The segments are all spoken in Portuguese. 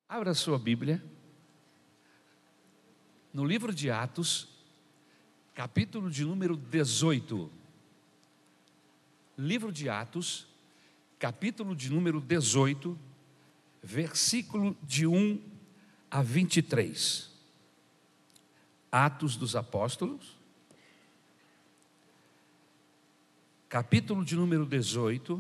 Abra sua Bíblia no livro de Atos, capítulo de número 18. Livro de Atos, capítulo de número 18, versículo de 1 a 23. Atos dos Apóstolos, capítulo de número 18,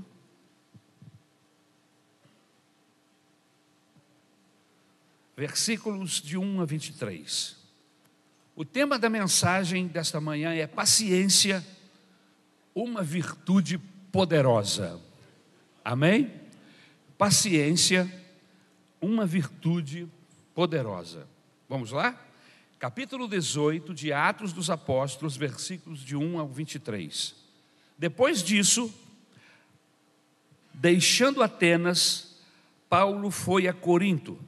versículos de 1 a 23. O tema da mensagem desta manhã é paciência, uma virtude poderosa. Amém? Paciência, uma virtude poderosa. Vamos lá? Capítulo 18 de Atos dos Apóstolos, versículos de 1 ao 23. Depois disso, deixando Atenas, Paulo foi a Corinto.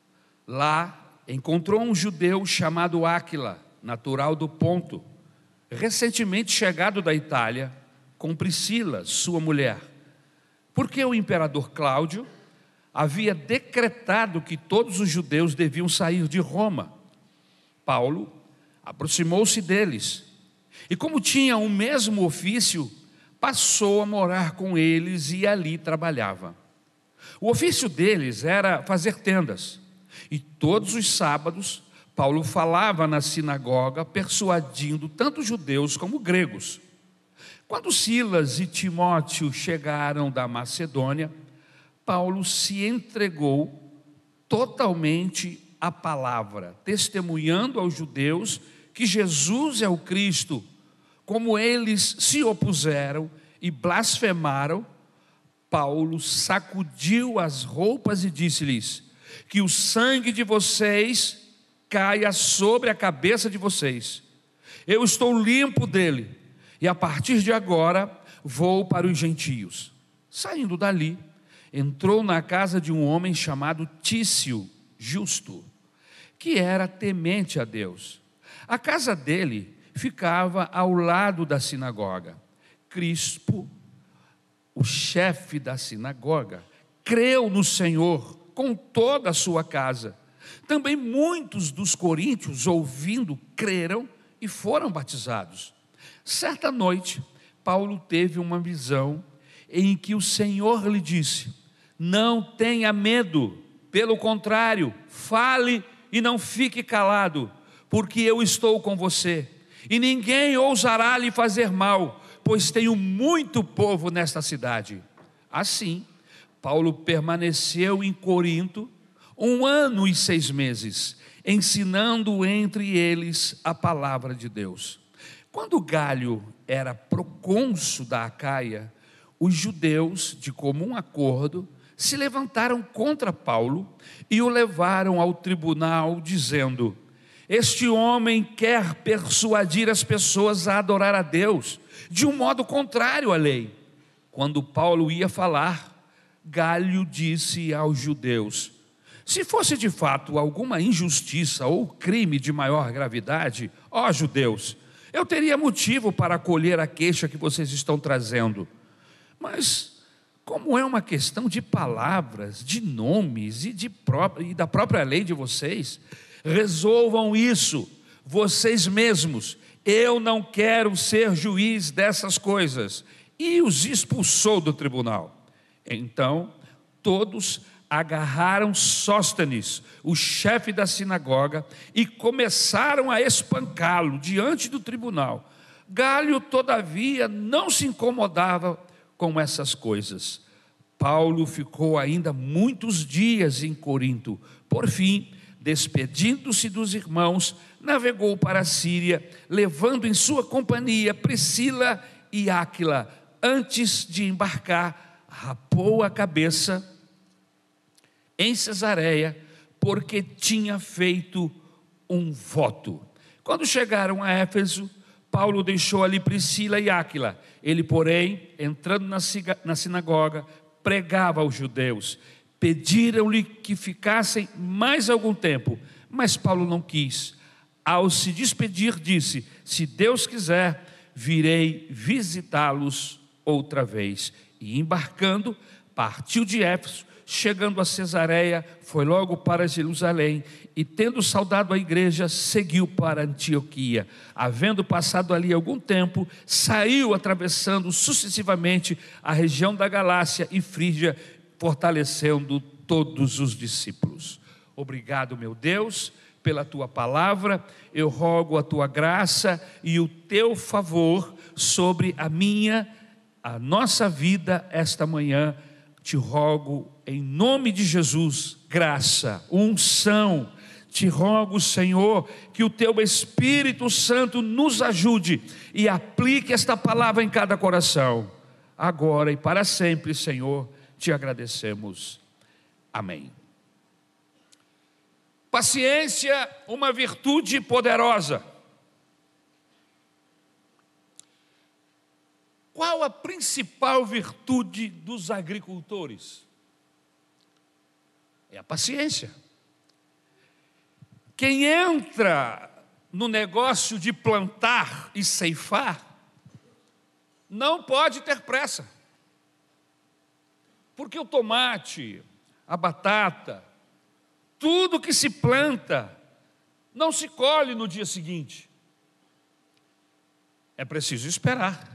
Lá encontrou um judeu chamado Áquila, natural do Ponto, recentemente chegado da Itália, com Priscila, sua mulher, porque o imperador Cláudio havia decretado que todos os judeus deviam sair de Roma. Paulo aproximou-se deles e, como tinha o mesmo ofício, passou a morar com eles e ali trabalhava. O ofício deles era fazer tendas. E todos os sábados, Paulo falava na sinagoga, persuadindo tanto judeus como gregos. Quando Silas e Timóteo chegaram da Macedônia, Paulo se entregou totalmente à palavra, testemunhando aos judeus que Jesus é o Cristo. Como eles se opuseram e blasfemaram, Paulo sacudiu as roupas e disse-lhes: que o sangue de vocês caia sobre a cabeça de vocês. Eu estou limpo dele, e a partir de agora vou para os gentios. Saindo dali, entrou na casa de um homem chamado Tício Justo, que era temente a Deus. A casa dele ficava ao lado da sinagoga. Crispo, o chefe da sinagoga, creu no Senhor com toda a sua casa. Também muitos dos coríntios, ouvindo, creram e foram batizados. Certa noite, Paulo teve uma visão em que o Senhor lhe disse: não tenha medo, pelo contrário, fale e não fique calado, porque eu estou com você, e ninguém ousará lhe fazer mal, pois tenho muito povo nesta cidade. Assim, Paulo permaneceu em Corinto 1 ano e 6 meses, ensinando entre eles a palavra de Deus. Quando Galho era procônsul da Acaia, os judeus, de comum acordo, se levantaram contra Paulo e o levaram ao tribunal, dizendo: este homem quer persuadir as pessoas a adorar a Deus de um modo contrário à lei. Quando Paulo ia falar, Galho disse aos judeus: se fosse de fato alguma injustiça ou crime de maior gravidade, ó judeus, eu teria motivo para acolher a queixa que vocês estão trazendo. Mas como é uma questão de palavras, de nomes e da própria lei de vocês, resolvam isso vocês mesmos. Eu não quero ser juiz dessas coisas. E os expulsou do tribunal. Então, todos agarraram Sóstenes, o chefe da sinagoga, e começaram a espancá-lo diante do tribunal. Galho, todavia, não se incomodava com essas coisas. Paulo ficou ainda muitos dias em Corinto. Por fim, despedindo-se dos irmãos, navegou para a Síria, levando em sua companhia Priscila e Áquila. Antes de embarcar, rapou a cabeça em Cesareia, porque tinha feito um voto. Quando chegaram a Éfeso, Paulo deixou ali Priscila e Áquila. Ele, porém, entrando na sinagoga, pregava aos judeus. Pediram-lhe que ficassem mais algum tempo, mas Paulo não quis. Ao se despedir, disse: se Deus quiser, virei visitá-los outra vez. E embarcando, partiu de Éfeso, chegando a Cesareia, foi logo para Jerusalém e, tendo saudado a igreja, seguiu para Antioquia. Havendo passado ali algum tempo, saiu atravessando sucessivamente a região da Galácia e Frígia, fortalecendo todos os discípulos. Obrigado, meu Deus, pela tua palavra. Eu rogo a tua graça e o teu favor sobre a nossa vida esta manhã. Te rogo em nome de Jesus, graça, unção. Te rogo, Senhor, que o teu Espírito Santo nos ajude e aplique esta palavra em cada coração, agora e para sempre. Senhor, te agradecemos. Amém. Paciência, uma virtude poderosa. Qual a principal virtude dos agricultores? É a paciência. Quem entra no negócio de plantar e ceifar, não pode ter pressa. Porque o tomate, a batata, tudo que se planta, não se colhe no dia seguinte. É preciso esperar.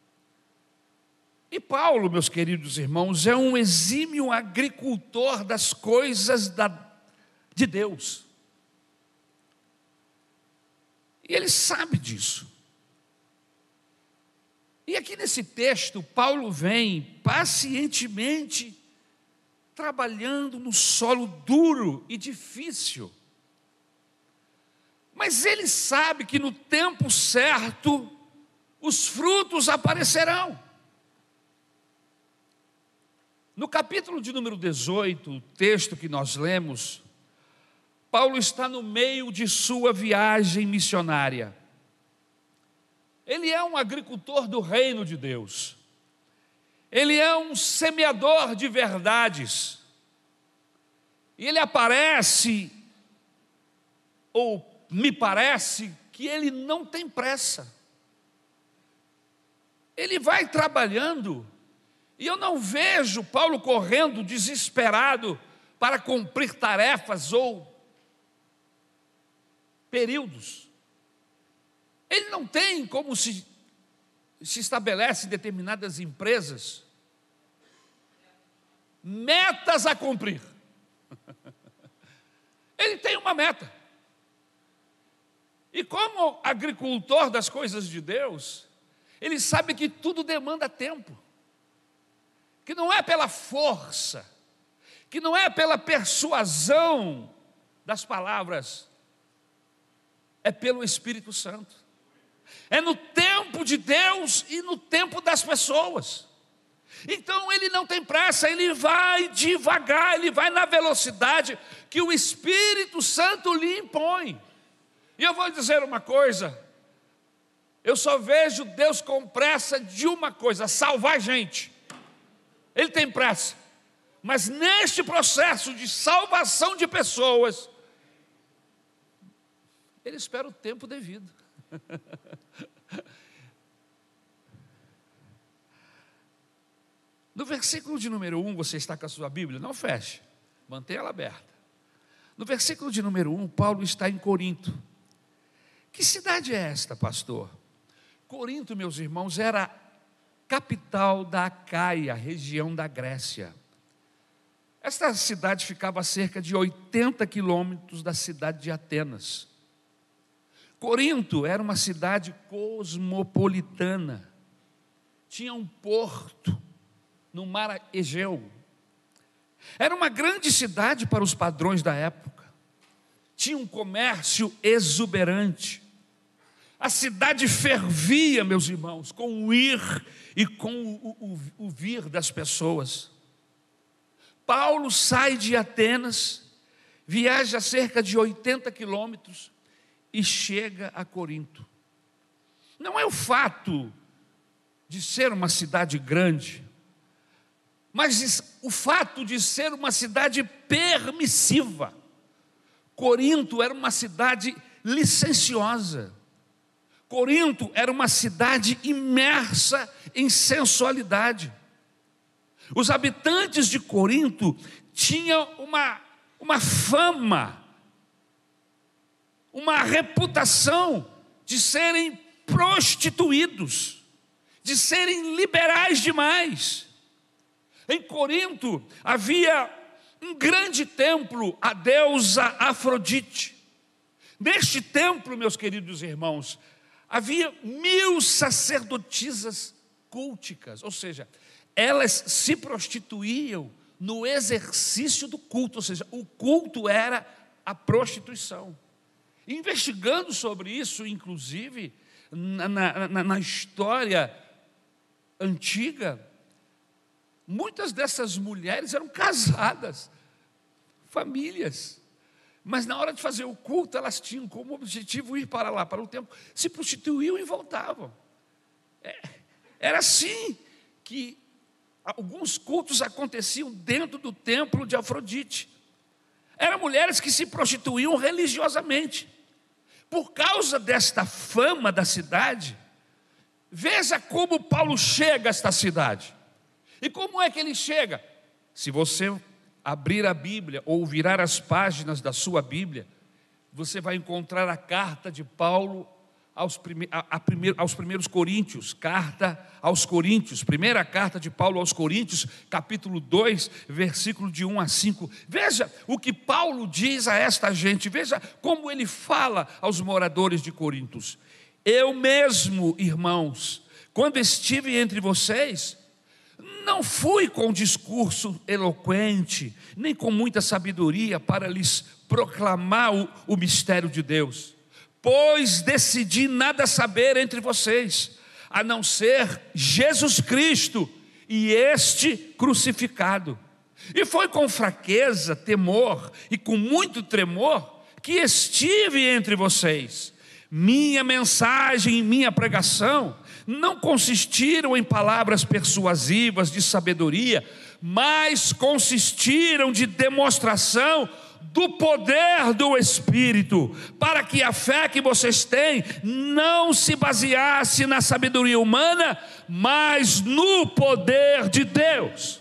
E Paulo, meus queridos irmãos, é um exímio agricultor das coisas de Deus. E ele sabe disso. E aqui nesse texto, Paulo vem pacientemente trabalhando no solo duro e difícil. Mas ele sabe que no tempo certo, os frutos aparecerão. No capítulo de número 18, o texto que nós lemos, Paulo está no meio de sua viagem missionária. Ele é um agricultor do reino de Deus. Ele é um semeador de verdades. E ele aparece, ou me parece, que ele não tem pressa. Ele vai trabalhando. E eu não vejo Paulo correndo desesperado para cumprir tarefas ou períodos. Ele não tem, como se estabelece em determinadas empresas, metas a cumprir. Ele tem uma meta. E como agricultor das coisas de Deus, ele sabe que tudo demanda tempo. Que não é pela força, que não é pela persuasão das palavras, é pelo Espírito Santo. É no tempo de Deus e no tempo das pessoas. Então ele não tem pressa, ele vai devagar, ele vai na velocidade que o Espírito Santo lhe impõe. E eu vou dizer uma coisa, eu só vejo Deus com pressa de uma coisa: salvar gente. Ele tem pressa, mas neste processo de salvação de pessoas, ele espera o tempo devido. No versículo de número 1, você está com a sua Bíblia? Não feche, mantenha ela aberta. No versículo de número 1, Paulo está em Corinto. Que cidade é esta, pastor? Corinto, meus irmãos, era capital da Acaia, região da Grécia. Esta cidade ficava a cerca de 80 quilômetros da cidade de Atenas. Corinto era uma cidade cosmopolitana. Tinha um porto no mar Egeu. Era uma grande cidade para os padrões da época. Tinha um comércio exuberante. A cidade fervia, meus irmãos, com o ir e com o vir das pessoas. Paulo sai de Atenas, viaja cerca de 80 quilômetros e chega a Corinto. Não é o fato de ser uma cidade grande, mas o fato de ser uma cidade permissiva. Corinto era uma cidade licenciosa. Corinto era uma cidade imersa em sensualidade. Os habitantes de Corinto tinha uma fama, uma reputação de serem prostituídos, de serem liberais demais. Em Corinto havia um grande templo, a deusa Afrodite. Neste templo, meus queridos irmãos, havia 1000 sacerdotisas culticas, ou seja, elas se prostituíam no exercício do culto, ou seja, o culto era a prostituição. Investigando sobre isso, inclusive, na história antiga, muitas dessas mulheres eram casadas, famílias, mas na hora de fazer o culto, elas tinham como objetivo ir para lá, para o templo, se prostituíam e voltavam. Era assim que alguns cultos aconteciam dentro do templo de Afrodite. Eram mulheres que se prostituíam religiosamente. Por causa desta fama da cidade, veja como Paulo chega a esta cidade. E como é que ele chega? Se você abrir a Bíblia ou virar as páginas da sua Bíblia, você vai encontrar a carta de Paulo aos primeiros Coríntios, carta aos Coríntios, primeira carta de Paulo aos Coríntios, capítulo 2, versículo de 1 a 5. Veja o que Paulo diz a esta gente, veja como ele fala aos moradores de Corintos. Eu mesmo, irmãos, quando estive entre vocês, não fui com discurso eloquente, nem com muita sabedoria para lhes proclamar o mistério de Deus, pois decidi nada saber entre vocês, a não ser Jesus Cristo e este crucificado. E foi com fraqueza, temor e com muito tremor que estive entre vocês. Minha mensagem e minha pregação não consistiram em palavras persuasivas de sabedoria, mas consistiram de demonstração do poder do Espírito, para que a fé que vocês têm não se baseasse na sabedoria humana, mas no poder de Deus.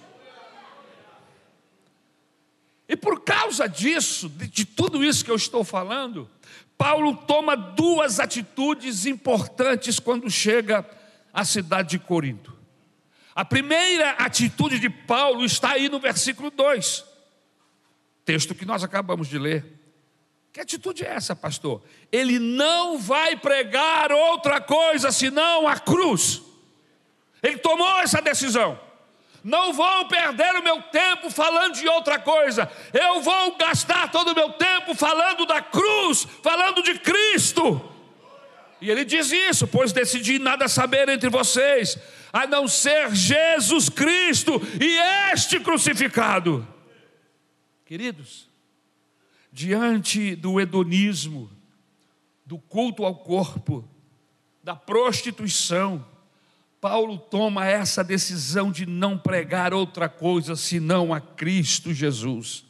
E por causa disso, de tudo isso que eu estou falando, Paulo toma 2 atitudes importantes quando chega à cidade de Corinto. A primeira atitude de Paulo está aí no versículo 2, texto que nós acabamos de ler. Que atitude é essa, pastor? Ele não vai pregar outra coisa senão a cruz. Ele tomou essa decisão. Não vou perder o meu tempo falando de outra coisa. Eu vou gastar todo o meu tempo falando da cruz, falando de Cristo. E ele diz isso: pois decidi nada saber entre vocês, a não ser Jesus Cristo e este crucificado. Queridos, diante do hedonismo, do culto ao corpo, da prostituição, Paulo toma essa decisão de não pregar outra coisa senão a Cristo Jesus.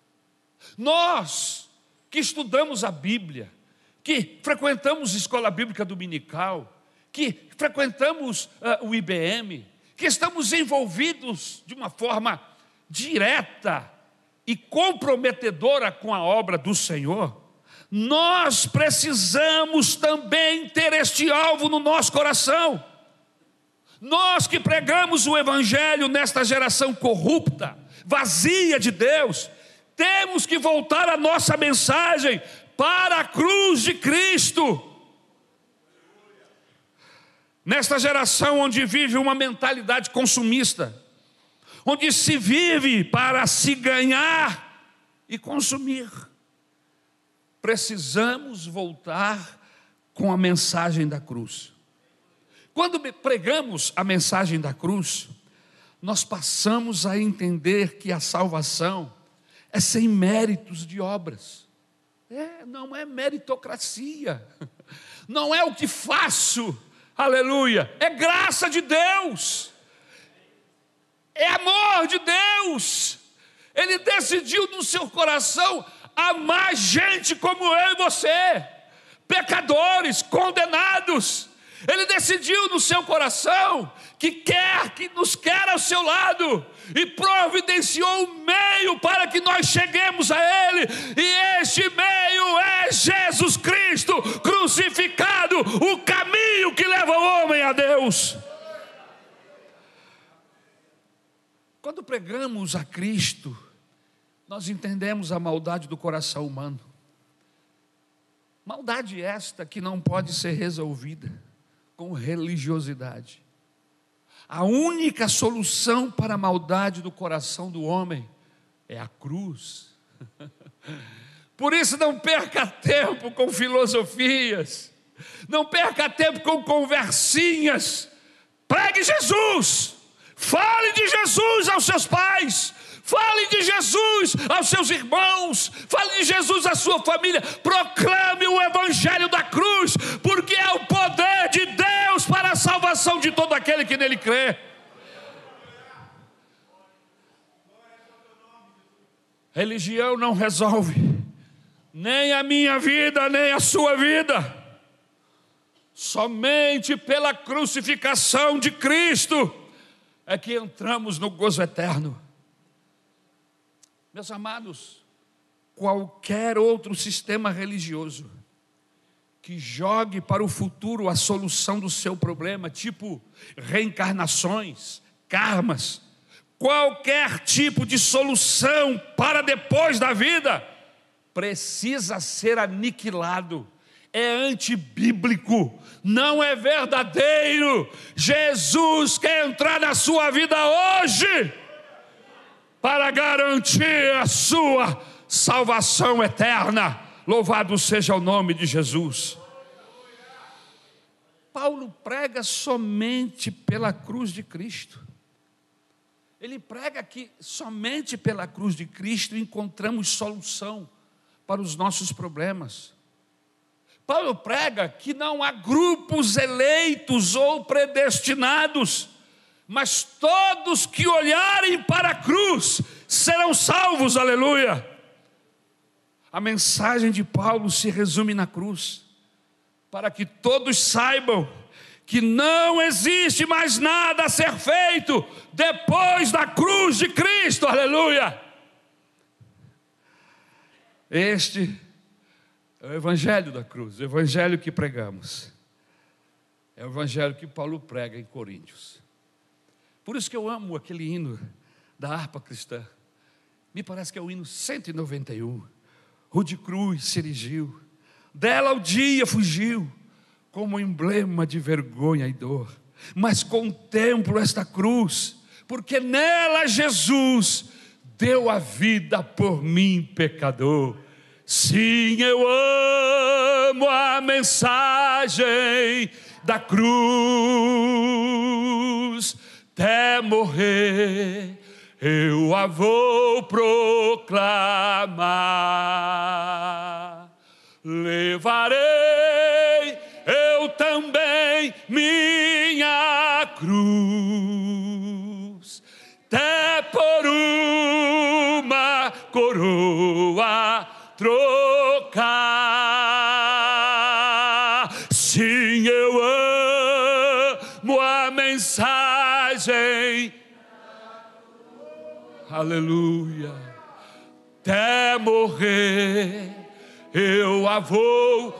Nós que estudamos a Bíblia, que frequentamos escola bíblica dominical, que frequentamos o IBM, que estamos envolvidos de uma forma direta e comprometedora com a obra do Senhor, nós precisamos também ter este alvo no nosso coração. Nós que pregamos o Evangelho nesta geração corrupta, vazia de Deus, temos que voltar a nossa mensagem para a cruz de Cristo. Nesta geração onde vive uma mentalidade consumista, onde se vive para se ganhar e consumir, precisamos voltar com a mensagem da cruz. Quando pregamos a mensagem da cruz, nós passamos a entender que a salvação é sem méritos de obras. Não é meritocracia, não é o que faço, aleluia, é graça de Deus, é amor de Deus. Ele decidiu no seu coração amar gente como eu e você, pecadores, condenados. Ele decidiu no seu coração que nos quer ao seu lado, e providenciou um meio para que nós cheguemos a Ele, e este meio é Jesus Cristo crucificado, o caminho que leva o homem a Deus. Quando pregamos a Cristo, nós entendemos a maldade do coração humano. Maldade esta que não pode ser resolvida com religiosidade. A única solução para a maldade do coração do homem é a cruz. Por isso não perca tempo com filosofias, não perca tempo com conversinhas. Pregue Jesus, fale de Jesus aos seus pais, fale de Jesus aos seus irmãos, fale de Jesus à sua família. Proclame o evangelho da cruz, porque é o poder de Deus para a salvação de todo aquele que nele crê. Religião não resolve nem a minha vida, nem a sua vida. Somente pela crucificação de Cristo é que entramos no gozo eterno. Meus amados, qualquer outro sistema religioso que jogue para o futuro a solução do seu problema, tipo reencarnações, karmas, qualquer tipo de solução para depois da vida, precisa ser aniquilado. É antibíblico, não é verdadeiro. Jesus quer entrar na sua vida hoje para garantir a sua salvação eterna. Louvado seja o nome de Jesus. Paulo prega somente pela cruz de Cristo. Ele prega que somente pela cruz de Cristo encontramos solução para os nossos problemas. Paulo prega que não há grupos eleitos ou predestinados, mas todos que olharem para a cruz serão salvos, aleluia. A mensagem de Paulo se resume na cruz, para que todos saibam que não existe mais nada a ser feito depois da cruz de Cristo, aleluia. Este é o evangelho da cruz, o evangelho que pregamos. É o evangelho que Paulo prega em Coríntios. Por isso que eu amo aquele hino da harpa cristã. Me parece que é o hino 191. Rude cruz se erigiu, dela o dia fugiu, como emblema de vergonha e dor. Mas contemplo esta cruz, porque nela Jesus deu a vida por mim, pecador. Sim, eu amo a mensagem da cruz. Até morrer eu a vou proclamar. Levarei eu também minha cruz, até por uma coroa trocar. Sim, eu amo a mensagem, aleluia, até morrer eu a vou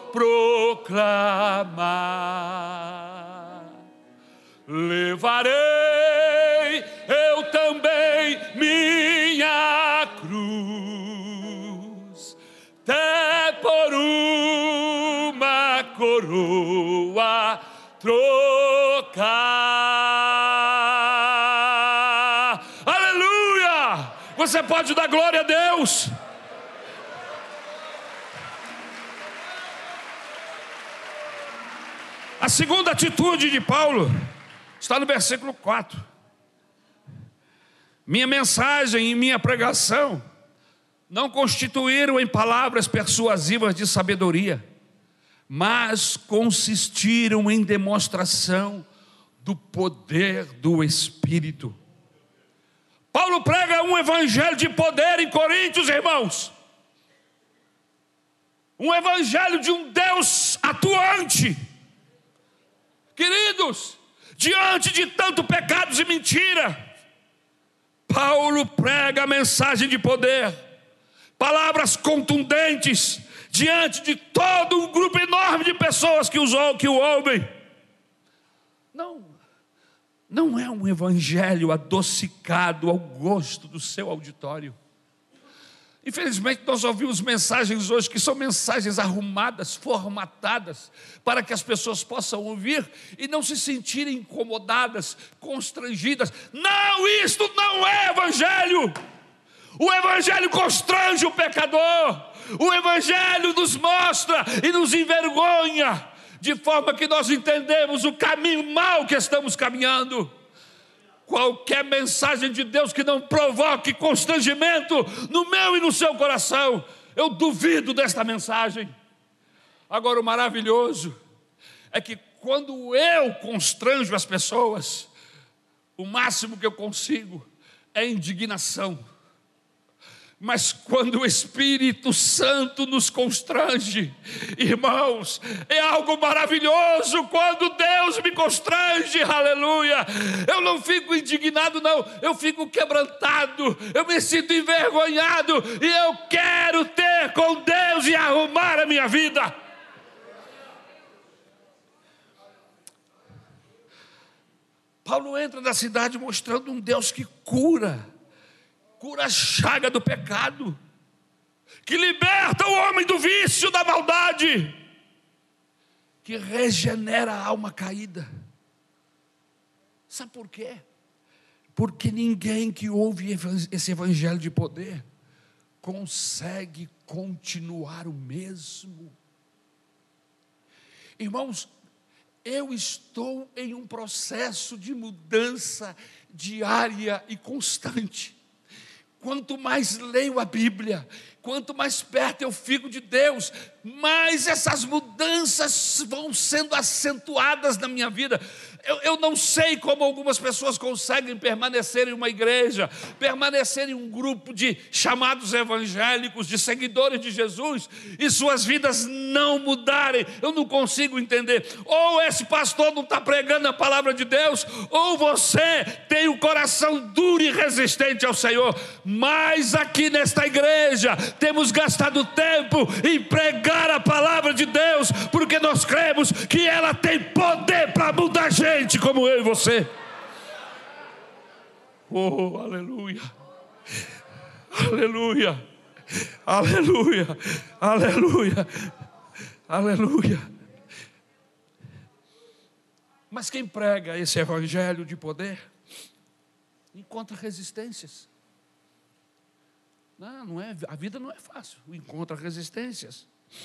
proclamar. Levarei eu também minha cruz, até por uma coroa trocar. Aleluia! Você pode dar glória a Deus. A segunda atitude de Paulo está no versículo 4. Minha mensagem e minha pregação não constituíram em palavras persuasivas de sabedoria, mas consistiram em demonstração do poder do Espírito. Paulo prega um evangelho de poder em Coríntios, irmãos. Um evangelho de um Deus atuante. Queridos, diante de tanto pecados e mentira, Paulo prega a mensagem de poder, palavras contundentes, diante de todo um grupo enorme de pessoas que o ouvem. Não é um evangelho adocicado ao gosto do seu auditório. Infelizmente nós ouvimos mensagens hoje que são mensagens arrumadas, formatadas, para que as pessoas possam ouvir e não se sentirem incomodadas, constrangidas. Não, isto não é evangelho. O evangelho constrange o pecador. O evangelho nos mostra e nos envergonha, de forma que nós entendemos o caminho mau que estamos caminhando. Qualquer mensagem de Deus que não provoque constrangimento no meu e no seu coração, eu duvido desta mensagem. Agora, o maravilhoso é que quando eu constranjo as pessoas, o máximo que eu consigo é indignação. Mas quando o Espírito Santo nos constrange, irmãos, é algo maravilhoso. Quando Deus me constrange, aleluia, eu não fico indignado, não, eu fico quebrantado, eu me sinto envergonhado, e eu quero ter com Deus e arrumar a minha vida. Paulo entra na cidade mostrando um Deus que cura a chaga do pecado, que liberta o homem do vício, da maldade, que regenera a alma caída. Sabe por quê? Porque ninguém que ouve esse evangelho de poder consegue continuar o mesmo. Irmãos, eu estou em um processo de mudança diária e constante. Quanto mais leio a Bíblia, quanto mais perto eu fico de Deus, mais essas mudanças vão sendo acentuadas na minha vida. Eu não sei como algumas pessoas conseguem permanecer em uma igreja, permanecer em um grupo de chamados evangélicos, de seguidores de Jesus, e suas vidas não mudarem. Eu não consigo entender. Ou esse pastor não está pregando a palavra de Deus, ou você tem o coração duro e resistente ao Senhor. Mas aqui nesta igreja temos gastado tempo em pregar a palavra de Deus, porque nós cremos que ela tem poder para mudar gente como eu e você. Oh, aleluia, aleluia, aleluia, aleluia, aleluia. Mas quem prega esse evangelho de poder encontra resistências. Não é, a vida não é fácil, encontra resistências.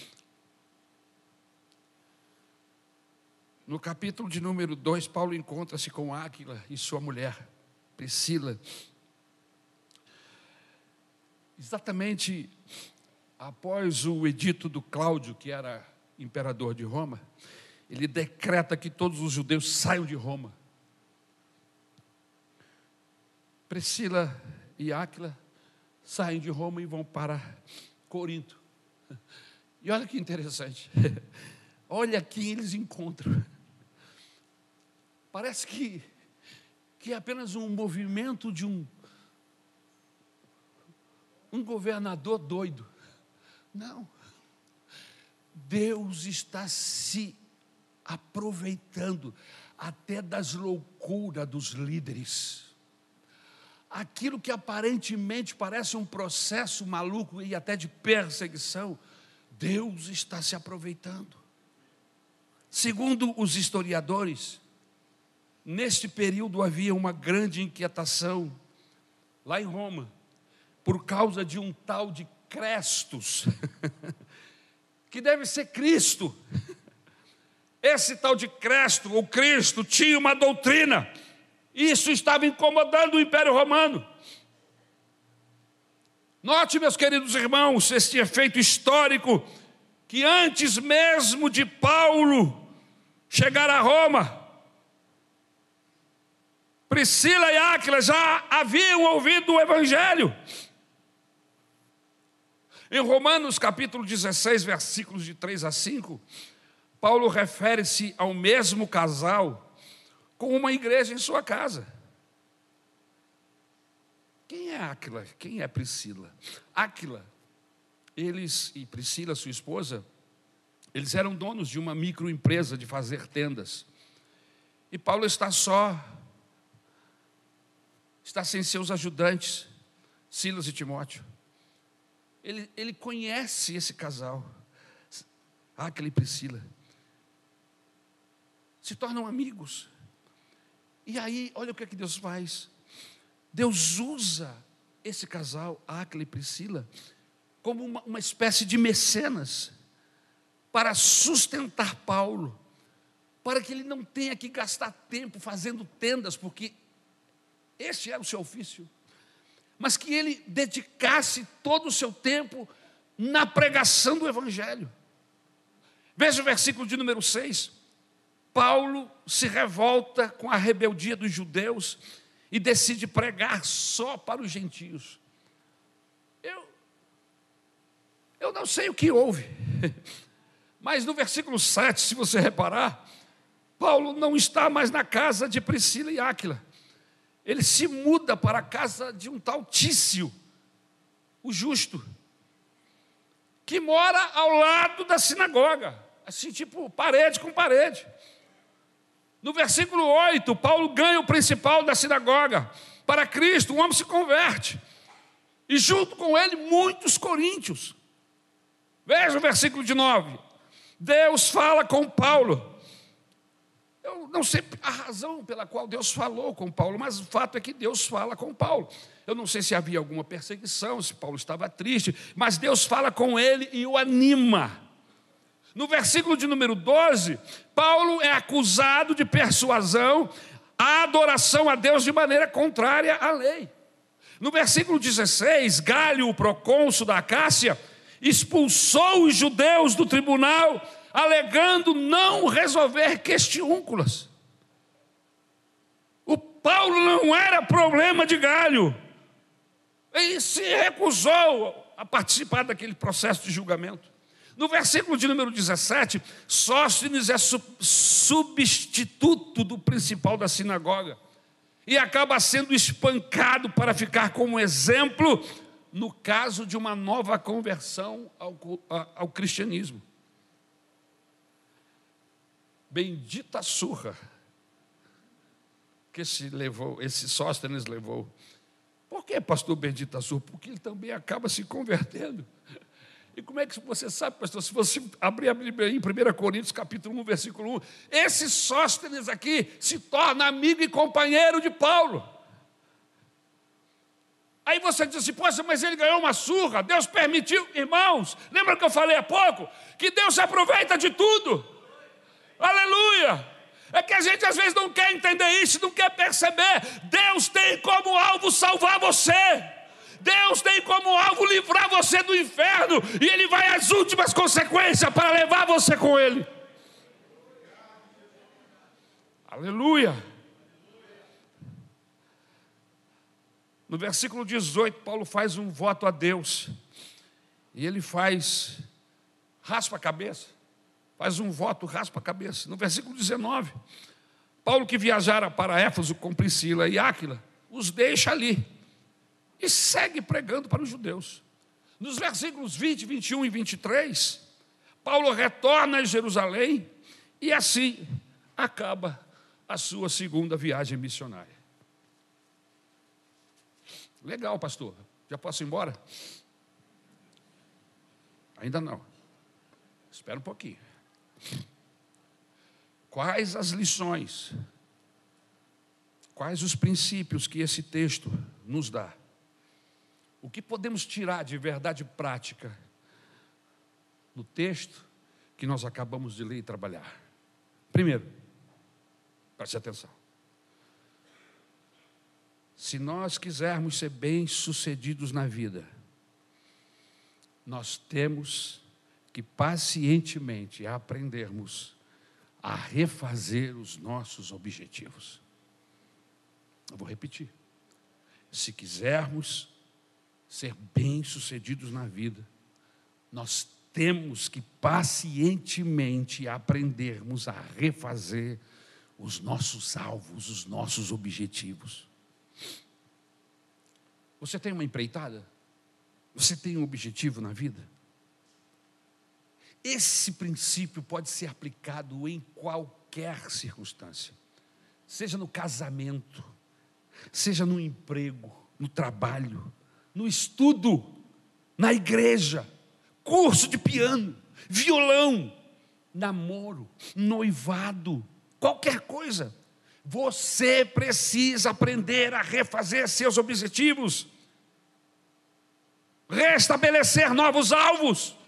No capítulo de número 2, Paulo encontra-se com Áquila e sua mulher, Priscila. Exatamente após o edito do Cláudio, que era imperador de Roma, ele decreta que todos os judeus saiam de Roma. Priscila e Áquila saem de Roma e vão para Corinto. E olha que interessante, olha quem eles encontram. Parece que é apenas um movimento de um governador doido. Não, Deus está se aproveitando até das loucuras dos líderes. Aquilo que aparentemente parece um processo maluco e até de perseguição, Deus está se aproveitando. Segundo os historiadores, neste período havia uma grande inquietação lá em Roma, por causa de um tal de Crestus, que deve ser Cristo. Esse tal de Cresto ou Cristo tinha uma doutrina. Isso estava incomodando o Império Romano. Note, meus queridos irmãos, este efeito histórico, que antes mesmo de Paulo chegar a Roma, Priscila e Áquila já haviam ouvido o Evangelho. Em Romanos capítulo 16, versículos de 3 a 5, Paulo refere-se ao mesmo casal com uma igreja em sua casa. Quem é Áquila? Quem é Priscila? Áquila, eles e Priscila, sua esposa, eles eram donos de uma microempresa de fazer tendas. E Paulo está sem seus ajudantes, Silas e Timóteo. Ele conhece esse casal, Áquila e Priscila. Se tornam amigos. E aí, olha o que é que Deus faz. Deus usa esse casal, Áquila e Priscila, como uma espécie de mecenas para sustentar Paulo, para que ele não tenha que gastar tempo fazendo tendas, porque esse era o seu ofício, mas que ele dedicasse todo o seu tempo na pregação do Evangelho. Veja o versículo de número 6. Paulo se revolta com a rebeldia dos judeus e decide pregar só para os gentios. Eu não sei o que houve, mas no versículo 7, se você reparar, Paulo não está mais na casa de Priscila e Áquila. Ele se muda para a casa de um tal Tício, o justo, que mora ao lado da sinagoga, assim tipo parede com parede. No versículo 8, Paulo ganha o principal da sinagoga para Cristo, um homem se converte, e junto com ele muitos coríntios. Veja o versículo de 9, Deus fala com Paulo. Eu não sei a razão pela qual Deus falou com Paulo, mas o fato é que Deus fala com Paulo. Eu não sei se havia alguma perseguição, se Paulo estava triste, mas Deus fala com ele e o anima. No versículo de número 12, Paulo é acusado de persuasão, a adoração a Deus de maneira contrária à lei. No versículo 16, Galho, o procônsul da Acácia, expulsou os judeus do tribunal, alegando não resolver questiúnculas. O Paulo não era problema de Galho. Ele se recusou a participar daquele processo de julgamento. No versículo de número 17, Sóstenes é substituto do principal da sinagoga e acaba sendo espancado para ficar como exemplo no caso de uma nova conversão ao cristianismo. Bendita surra que esse Sóstenes levou. Por que, pastor, bendita surra? Porque ele também acaba se convertendo. E como é que você sabe, pastor? Se você abrir a Bíblia em 1 Coríntios, capítulo 1, versículo 1, esse Sóstenes aqui se torna amigo e companheiro de Paulo. Aí você diz assim, poxa, mas ele ganhou uma surra, Deus permitiu. Irmãos, lembra que eu falei há pouco? Que Deus se aproveita de tudo. Aleluia! É que a gente às vezes não quer entender isso, não quer perceber. Deus tem como alvo salvar você. Deus tem como alvo livrar você do inferno. E Ele vai às últimas consequências para levar você com Ele. Aleluia! No versículo 18, Paulo faz um voto a Deus. E ele raspa a cabeça. Faz um voto, raspa a cabeça. No versículo 19, Paulo, que viajara para Éfeso com Priscila e Áquila, os deixa ali e segue pregando para os judeus. Nos versículos 20, 21 e 23, Paulo retorna a Jerusalém e assim acaba a sua segunda viagem missionária. Legal, pastor. Já posso ir embora? Ainda não. Espera um pouquinho. Quais as lições? Quais os princípios que esse texto nos dá? O que podemos tirar de verdade prática no texto que nós acabamos de ler e trabalhar? Primeiro, preste atenção. Se nós quisermos ser bem-sucedidos na vida, nós temos que pacientemente aprendermos a refazer os nossos objetivos. Eu vou repetir. Se quisermos ser bem-sucedidos na vida, nós temos que pacientemente aprendermos a refazer os nossos alvos, os nossos objetivos. Você tem uma empreitada? Você tem um objetivo na vida? Esse princípio pode ser aplicado em qualquer circunstância, seja no casamento, seja no emprego, no trabalho, no estudo, na igreja, curso de piano, violão, namoro, noivado, qualquer coisa. Você precisa aprender a refazer seus objetivos, restabelecer novos alvos.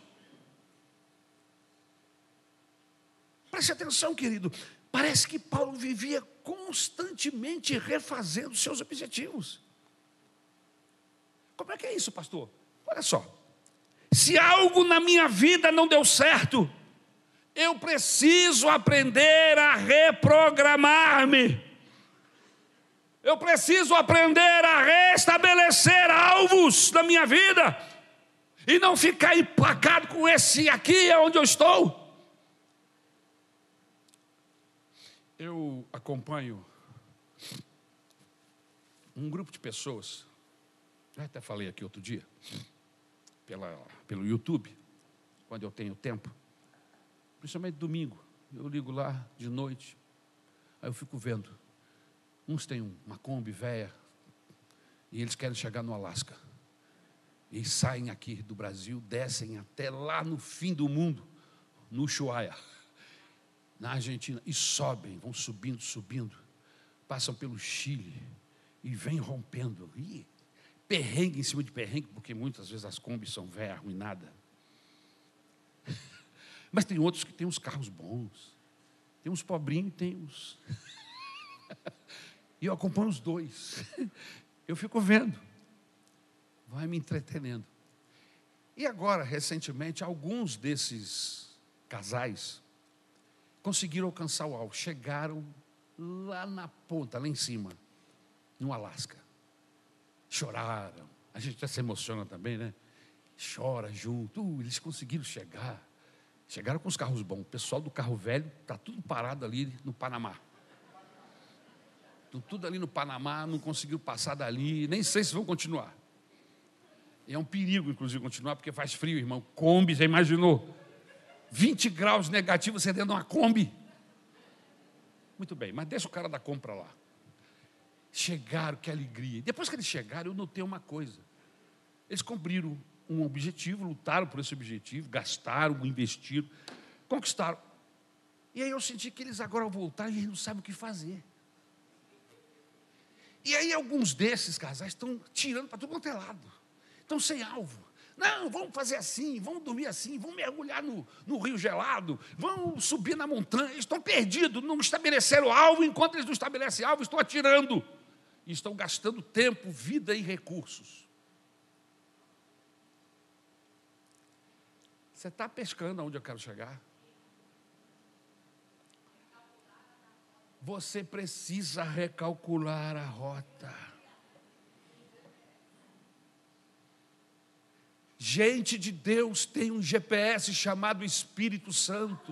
Preste atenção, querido. Parece que Paulo vivia constantemente refazendo seus objetivos. Como é que é isso, pastor? Olha só. Se algo na minha vida não deu certo, eu preciso aprender a reprogramar-me. Eu preciso aprender a restabelecer alvos na minha vida e não ficar empacado com esse aqui é onde eu estou. Eu acompanho um grupo de pessoas, já até falei aqui outro dia, pelo YouTube, quando eu tenho tempo, principalmente domingo, eu ligo lá de noite, aí eu fico vendo, uns têm uma Kombi velha, e eles querem chegar no Alasca, e saem aqui do Brasil, descem até lá no fim do mundo, no Ushuaia, na Argentina, e sobem, vão subindo, passam pelo Chile, e vêm rompendo, e perrengue em cima de perrengue, porque muitas vezes as Kombis são velhas, arruinadas. Mas tem outros que têm uns carros bons, tem uns pobrinhos, tem uns... E eu acompanho os dois, eu fico vendo, vai me entretenendo. E agora, recentemente, alguns desses casais conseguiram alcançar o alvo, chegaram lá na ponta, lá em cima, no Alasca. Choraram, a gente já se emociona também, né? Chora junto, eles conseguiram chegar. Chegaram com os carros bons, o pessoal do carro velho está tudo parado ali no Panamá. Tudo ali no Panamá, não conseguiram passar dali, nem sei se vão continuar. E é um perigo, inclusive, continuar, porque faz frio, irmão. Kombi, já imaginou? 20 graus negativos você dentro de uma Kombi. Muito bem, mas deixa o cara da compra lá. Chegaram, que alegria. Depois que eles chegaram, eu notei uma coisa. Eles cumpriram um objetivo, lutaram por esse objetivo, gastaram, investiram, conquistaram. E aí eu senti que eles agora voltaram e eles não sabem o que fazer. E aí alguns desses casais estão tirando para tudo quanto é lado. Estão sem alvo. Não, vamos fazer assim, vamos dormir assim, vamos mergulhar no rio gelado, vamos subir na montanha. Eles estão perdidos, não estabeleceram alvo. Enquanto eles não estabelecem alvo, estão atirando. E estão gastando tempo, vida e recursos. Você está pescando aonde eu quero chegar? Você precisa recalcular a rota. Gente de Deus tem um GPS chamado Espírito Santo.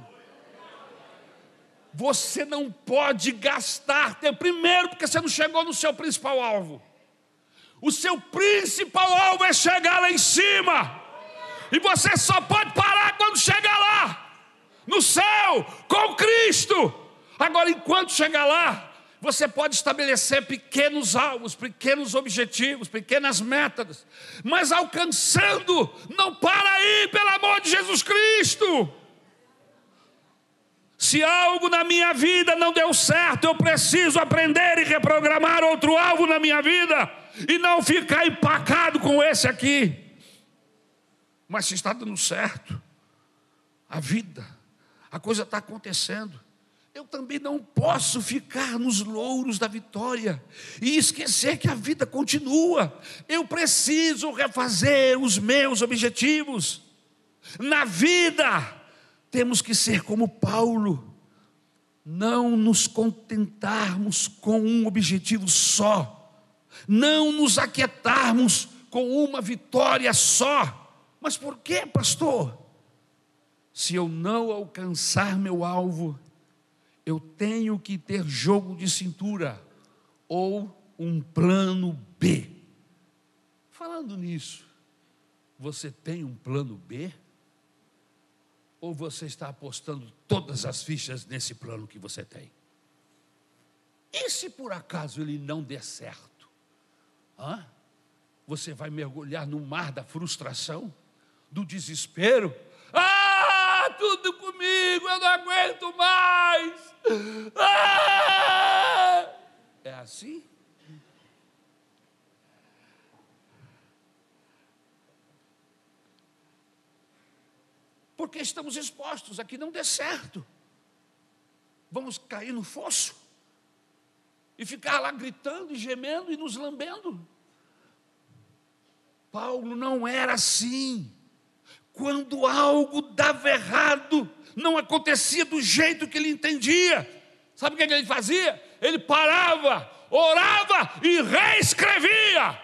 Você não pode gastar tempo, primeiro porque você não chegou no seu principal alvo. O seu principal alvo é chegar lá em cima. E você só pode parar quando chegar lá, no céu, com Cristo. Agora, enquanto chegar lá, você pode estabelecer pequenos alvos, pequenos objetivos, pequenas metas, mas alcançando, não para aí, pelo amor de Jesus Cristo. Se algo na minha vida não deu certo, eu preciso aprender e reprogramar outro alvo na minha vida, e não ficar empacado com esse aqui. Mas se está dando certo, a vida, a coisa está acontecendo, eu também não posso ficar nos louros da vitória e esquecer que a vida continua. Eu preciso refazer os meus objetivos. Na vida, temos que ser como Paulo, não nos contentarmos com um objetivo só, não nos aquietarmos com uma vitória só. Mas por quê, pastor? se eu não alcançar meu alvo, eu tenho que ter jogo de cintura ou um plano B. Falando nisso, você tem um plano B? Ou você está apostando todas as fichas nesse plano que você tem? E se por acaso ele não der certo? Você vai mergulhar no mar da frustração, do desespero? Tudo comigo, eu não aguento mais. É assim? Porque estamos expostos a que não dê certo. Vamos cair no fosso e ficar lá gritando e gemendo e nos lambendo. Paulo não era assim. Quando algo dava errado, não acontecia do jeito que ele entendia, sabe o que ele fazia? Ele parava, orava e reescrevia.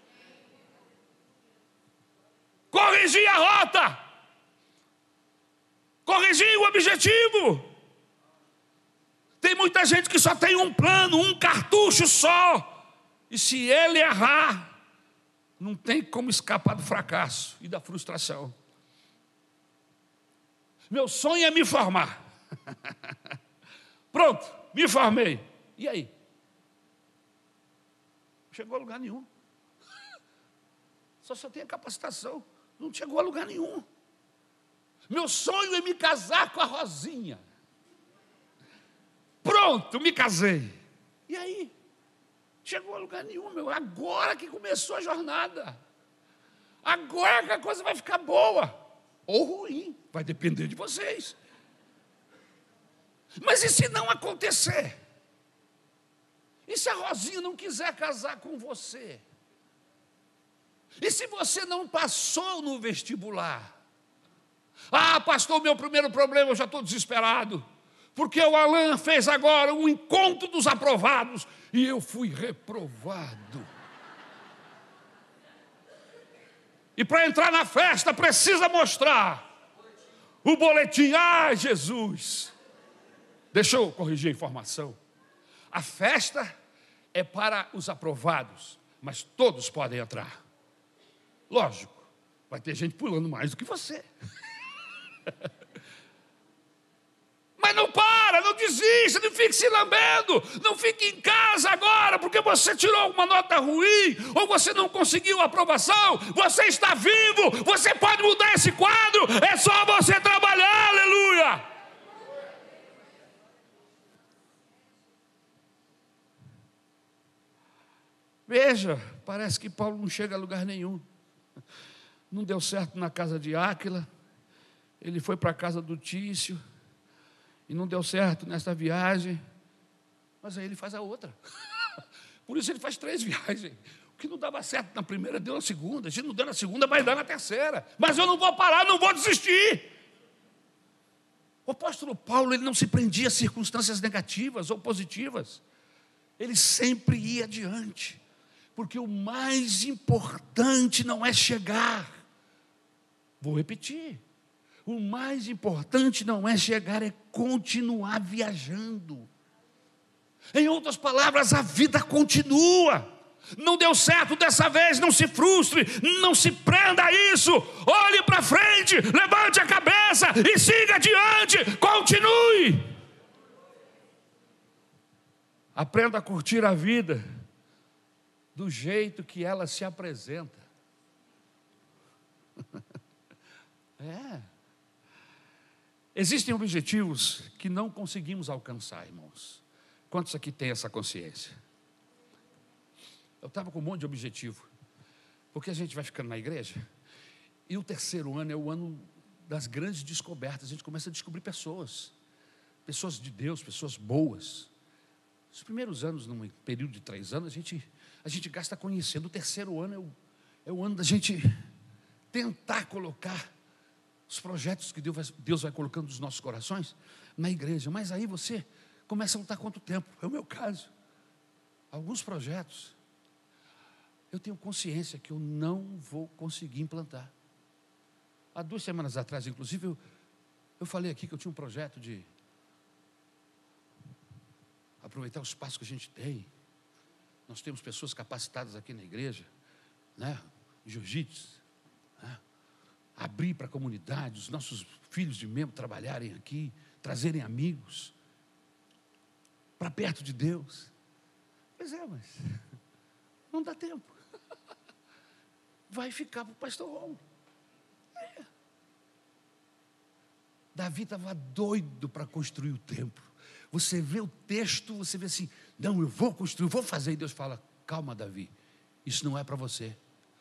Corrigia a rota. Corrigia o objetivo. Tem muita gente que só tem um plano, um cartucho só. E se ele errar, não tem como escapar do fracasso e da frustração. Meu sonho é me formar. Pronto, me formei. E aí? Não chegou a lugar nenhum. Só tem a capacitação. Não chegou a lugar nenhum. Meu sonho é me casar com a Rosinha. Pronto, me casei. E aí? Chegou a lugar nenhum, meu. Agora que começou a jornada. Agora que a coisa vai ficar boa. Ou ruim, vai depender de vocês. Mas e se não acontecer? E se a Rosinha não quiser casar com você? E se você não passou no vestibular? Pastor, meu primeiro problema, eu já estou desesperado. Porque o Alan fez agora um encontro dos aprovados e eu fui reprovado. E para entrar na festa precisa mostrar o boletim. Jesus! Deixa eu corrigir a informação. A festa é para os aprovados, mas todos podem entrar. Lógico, vai ter gente pulando mais do que você. Mas não para, não desista, não fique se lambendo, não fique em casa agora porque você tirou uma nota ruim ou você não conseguiu aprovação. Você está vivo, você pode mudar esse quadro, é só você trabalhar, aleluia. Veja, parece que Paulo não chega a lugar nenhum. Não deu certo na casa de Áquila, ele foi para a casa do Tício, e não deu certo nessa viagem, mas aí ele faz a outra. Por isso ele faz 3 viagens. O que não dava certo na primeira, deu na segunda. Se não deu na segunda, vai dar na terceira. Mas eu não vou parar, não vou desistir. O apóstolo Paulo, ele não se prendia a circunstâncias negativas ou positivas. Ele sempre ia adiante. Porque o mais importante não é chegar. Vou repetir. O mais importante não é chegar, é continuar viajando. Em outras palavras, a vida continua. Não deu certo dessa vez, não se frustre, não se prenda a isso. Olhe para frente, levante a cabeça e siga adiante, continue. Aprenda a curtir a vida do jeito que ela se apresenta. Existem objetivos que não conseguimos alcançar, irmãos. Quantos aqui têm essa consciência? Eu estava com um monte de objetivo, porque a gente vai ficando na igreja, e o terceiro ano é o ano das grandes descobertas. A gente começa a descobrir pessoas de Deus, pessoas boas. Os primeiros anos, num período de 3 anos, a gente gasta conhecendo. O terceiro ano é o ano da gente tentar colocar os projetos que Deus vai colocando nos nossos corações na igreja. Mas aí você começa a lutar quanto tempo? É o meu caso. Alguns projetos, eu tenho consciência que eu não vou conseguir implantar. Há 2 semanas atrás, inclusive, Eu falei aqui que eu tinha um projeto de aproveitar o espaço que a gente tem. Nós temos pessoas capacitadas aqui na igreja, né? Jiu-jitsu, né? Abrir para a comunidade, os nossos filhos de membro trabalharem aqui, trazerem amigos para perto de Deus. Pois é, mas não dá tempo. Vai ficar para o pastor Romulo. Davi estava doido para construir o templo. Você vê o texto, você vê assim, não, eu vou construir, eu vou fazer. E Deus fala, calma, Davi, isso não é para você.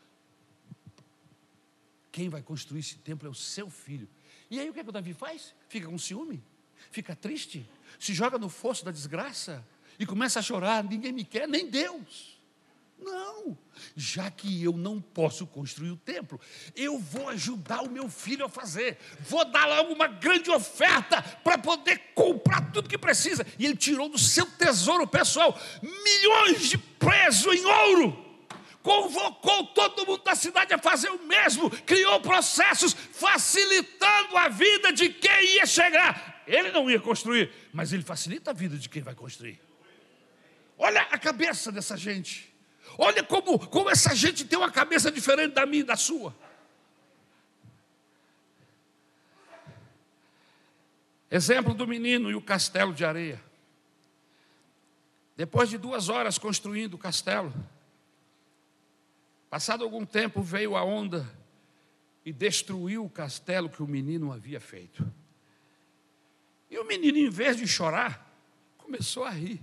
Quem vai construir esse templo é o seu filho. E aí o que é que o Davi faz? Fica com ciúme, fica triste, se joga no fosso da desgraça e começa a chorar, ninguém me quer, nem Deus. Não, já que eu não posso construir o templo, eu vou ajudar o meu filho a fazer, vou dar logo uma grande oferta para poder comprar tudo que precisa. E ele tirou do seu tesouro pessoal milhões de pesos em ouro, convocou todo mundo da cidade a fazer o mesmo, criou processos facilitando a vida de quem ia chegar. Ele não ia construir, mas ele facilita a vida de quem vai construir. Olha a cabeça dessa gente. Olha como essa gente tem uma cabeça diferente da minha e da sua. Exemplo do menino e o castelo de areia. Depois de 2 horas construindo o castelo, passado algum tempo veio a onda e destruiu o castelo que o menino havia feito. E o menino, em vez de chorar, começou a rir.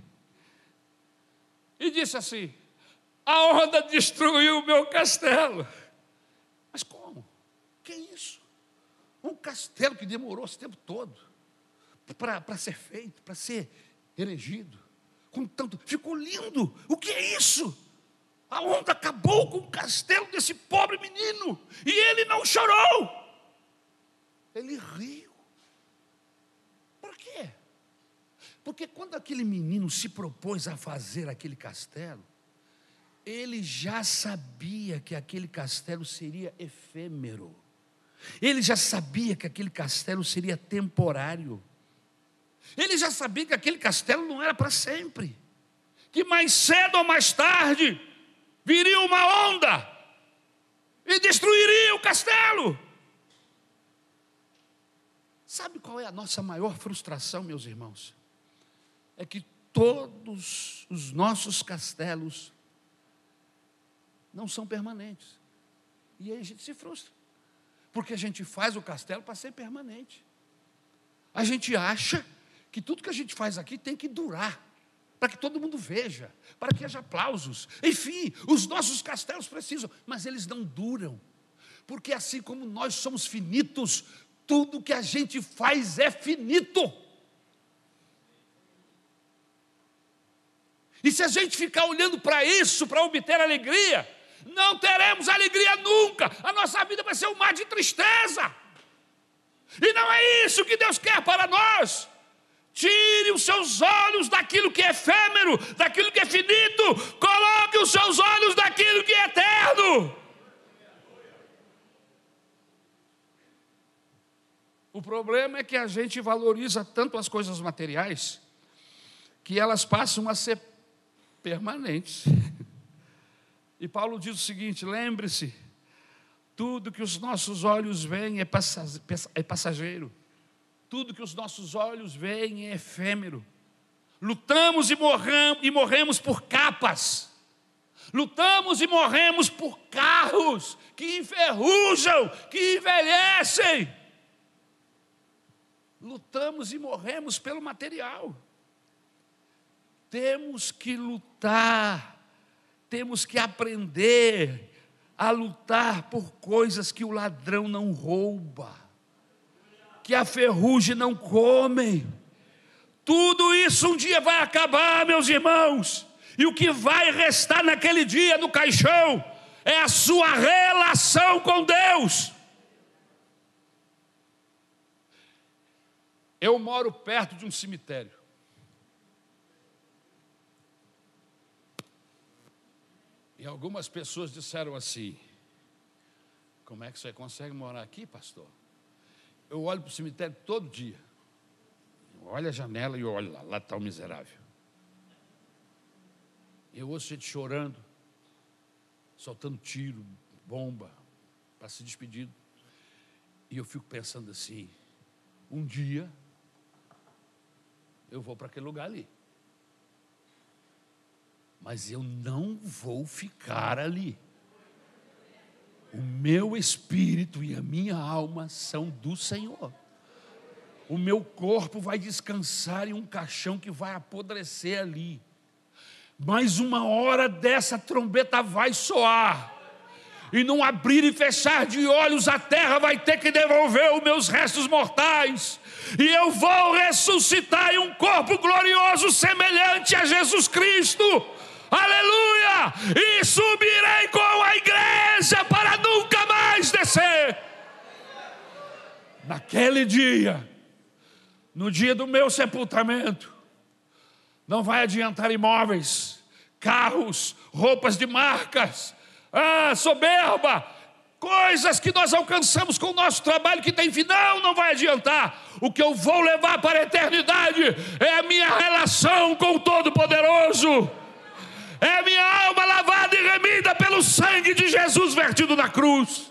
E disse assim, a onda destruiu o meu castelo. Mas como? Que isso? Um castelo que demorou esse tempo todo para ser feito, para ser erigido. Com tanto, ficou lindo. O que é isso? A onda acabou com o castelo desse pobre menino. E ele não chorou. Ele riu. Por quê? Porque quando aquele menino se propôs a fazer aquele castelo, ele já sabia que aquele castelo seria efêmero. Ele já sabia que aquele castelo seria temporário. Ele já sabia que aquele castelo não era para sempre. Que mais cedo ou mais tarde viria uma onda e destruiria o castelo. Sabe qual é a nossa maior frustração, meus irmãos? É que todos os nossos castelos não são permanentes. E aí a gente se frustra. Porque a gente faz o castelo para ser permanente. A gente acha que tudo que a gente faz aqui tem que durar, para que todo mundo veja, para que haja aplausos. Enfim, os nossos castelos precisam, mas eles não duram. Porque assim como nós somos finitos, tudo que a gente faz é finito. E se a gente ficar olhando para isso, para obter alegria, não teremos alegria nunca. A nossa vida vai ser um mar de tristeza. E não é isso que Deus quer para nós. Tire os seus olhos daquilo que é efêmero, daquilo que é finito. Coloque os seus olhos daquilo que é eterno. O problema é que a gente valoriza tanto as coisas materiais que elas passam a ser permanentes. E Paulo diz o seguinte: lembre-se, tudo que os nossos olhos veem é passageiro. Tudo que os nossos olhos veem é efêmero. Lutamos e morremos por capas. Lutamos e morremos por carros que enferrujam, que envelhecem. Lutamos e morremos pelo material. Temos que lutar, temos que aprender a lutar por coisas que o ladrão não rouba, que a ferrugem não come. Tudo isso um dia vai acabar, meus irmãos, e o que vai restar naquele dia no caixão é a sua relação com Deus. Eu moro perto de um cemitério. E algumas pessoas disseram assim: como é que você consegue morar aqui, pastor? Eu olho para o cemitério todo dia. Eu olho a janela e eu olho lá está o miserável. Eu ouço gente chorando, soltando tiro, bomba, para se despedir. E eu fico pensando assim, um dia eu vou para aquele lugar ali. Mas eu não vou ficar ali. O meu espírito e a minha alma são do Senhor. O meu corpo vai descansar em um caixão que vai apodrecer ali. Mas uma hora dessa trombeta vai soar. E num abrir e fechar de olhos, a terra vai ter que devolver os meus restos mortais. E eu vou ressuscitar em um corpo glorioso semelhante a Jesus Cristo. Aleluia! E subirei com a igreja para nunca mais descer. Naquele dia, no dia do meu sepultamento, não vai adiantar imóveis, carros, roupas de marcas, soberba, coisas que nós alcançamos com o nosso trabalho que tem fim. Não vai adiantar. O que eu vou levar para a eternidade é a minha relação com o Todo-Poderoso. É a minha alma lavada e remida pelo sangue de Jesus vertido na cruz.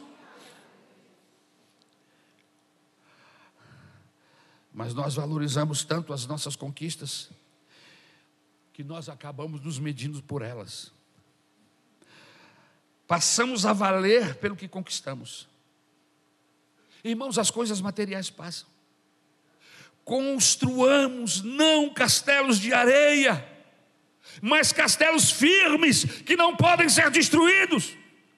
Mas nós valorizamos tanto as nossas conquistas que nós acabamos nos medindo por elas. Passamos a valer pelo que conquistamos. Irmãos, as coisas materiais passam. Construamos não castelos de areia, mas castelos firmes que não podem ser destruídos.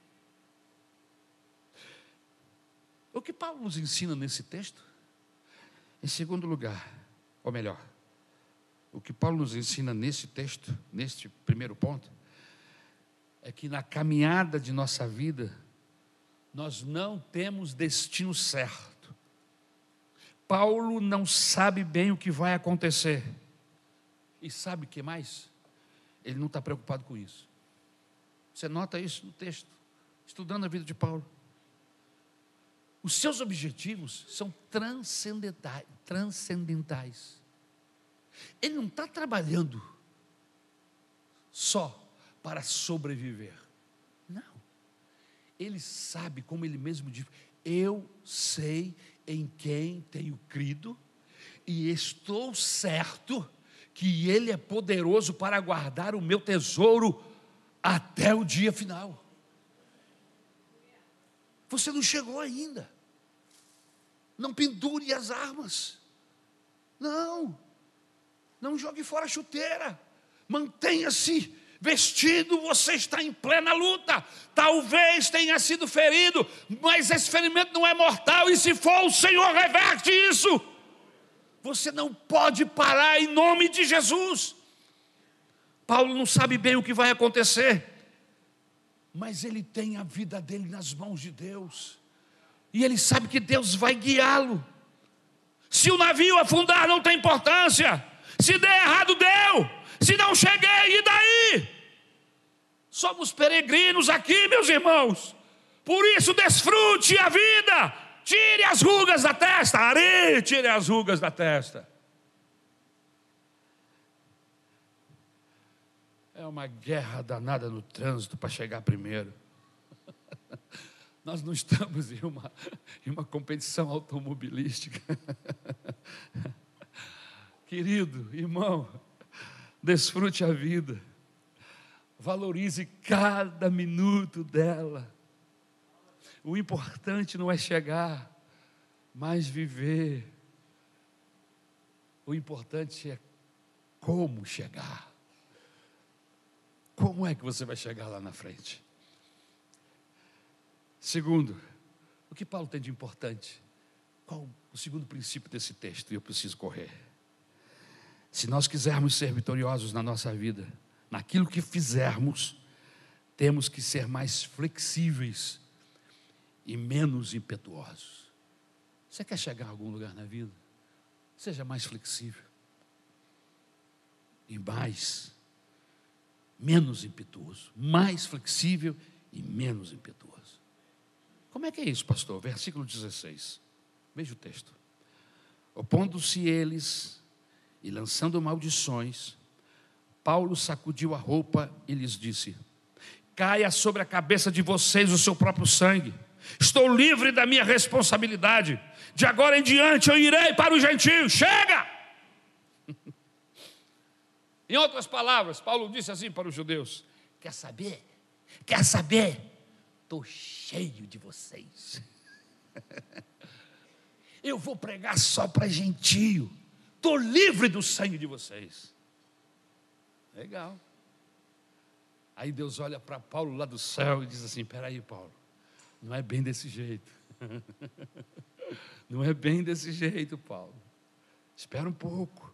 O que Paulo nos ensina nesse texto? Em segundo lugar, ou melhor, o que Paulo nos ensina nesse texto, neste primeiro ponto, é que na caminhada de nossa vida, nós não temos destino certo. Paulo não sabe bem o que vai acontecer. E sabe o que mais? Ele não está preocupado com isso. Você nota isso no texto, estudando a vida de Paulo. Os seus objetivos são transcendentais. Ele não está trabalhando só para sobreviver. Não. Ele sabe, como ele mesmo diz, eu sei em quem tenho crido e estou certo que Ele é poderoso para guardar o meu tesouro até o dia final. Você não chegou ainda. Não pendure as armas. Não jogue fora a chuteira. Mantenha-se vestido, você está em plena luta. Talvez tenha sido ferido, mas esse ferimento não é mortal. E se for, o Senhor reverte isso. Você não pode parar em nome de Jesus. Paulo não sabe bem o que vai acontecer, mas ele tem a vida dele nas mãos de Deus. E ele sabe que Deus vai guiá-lo. Se o navio afundar, não tem importância. Se der errado, deu. Se não cheguei, e daí? Somos peregrinos aqui, meus irmãos. Por isso, desfrute a vida. Tire as rugas da testa. Ari, tire as rugas da testa. É uma guerra danada no trânsito para chegar primeiro. Nós não estamos em uma competição automobilística. Querido irmão, desfrute a vida. Valorize cada minuto dela. O importante não é chegar, mas viver. O importante é como chegar. Como é que você vai chegar lá na frente? Segundo, o que Paulo tem de importante? Qual o segundo princípio desse texto? E eu preciso correr. Se nós quisermos ser vitoriosos na nossa vida, naquilo que fizermos, temos que ser mais flexíveis e menos impetuosos. Você quer chegar a algum lugar na vida? Seja mais flexível e menos impetuoso. Mais flexível e menos impetuoso. Como é que é isso, pastor? Versículo 16. Veja o texto. Opondo-se eles e lançando maldições, Paulo sacudiu a roupa e lhes disse: caia sobre a cabeça de vocês o seu próprio sangue. Estou livre da minha responsabilidade. De agora em diante eu irei para os gentios. Chega! Em outras palavras, Paulo disse assim para os judeus: quer saber? Quer saber? Estou cheio de vocês. Eu vou pregar só para gentio. Estou livre do sangue de vocês. Legal. Aí Deus olha para Paulo lá do céu e diz assim: espera aí, Paulo, não é bem desse jeito. Não é bem desse jeito, Paulo. Espera um pouco.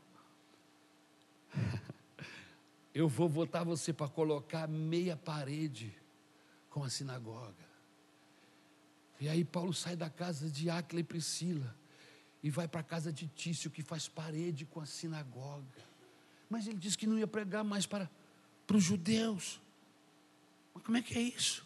Eu vou botar você para colocar meia parede com a sinagoga. E aí Paulo sai da casa de Áquila e Priscila e vai para a casa de Tício, que faz parede com a sinagoga. Mas ele disse que não ia pregar mais para os judeus. Mas como é que é isso?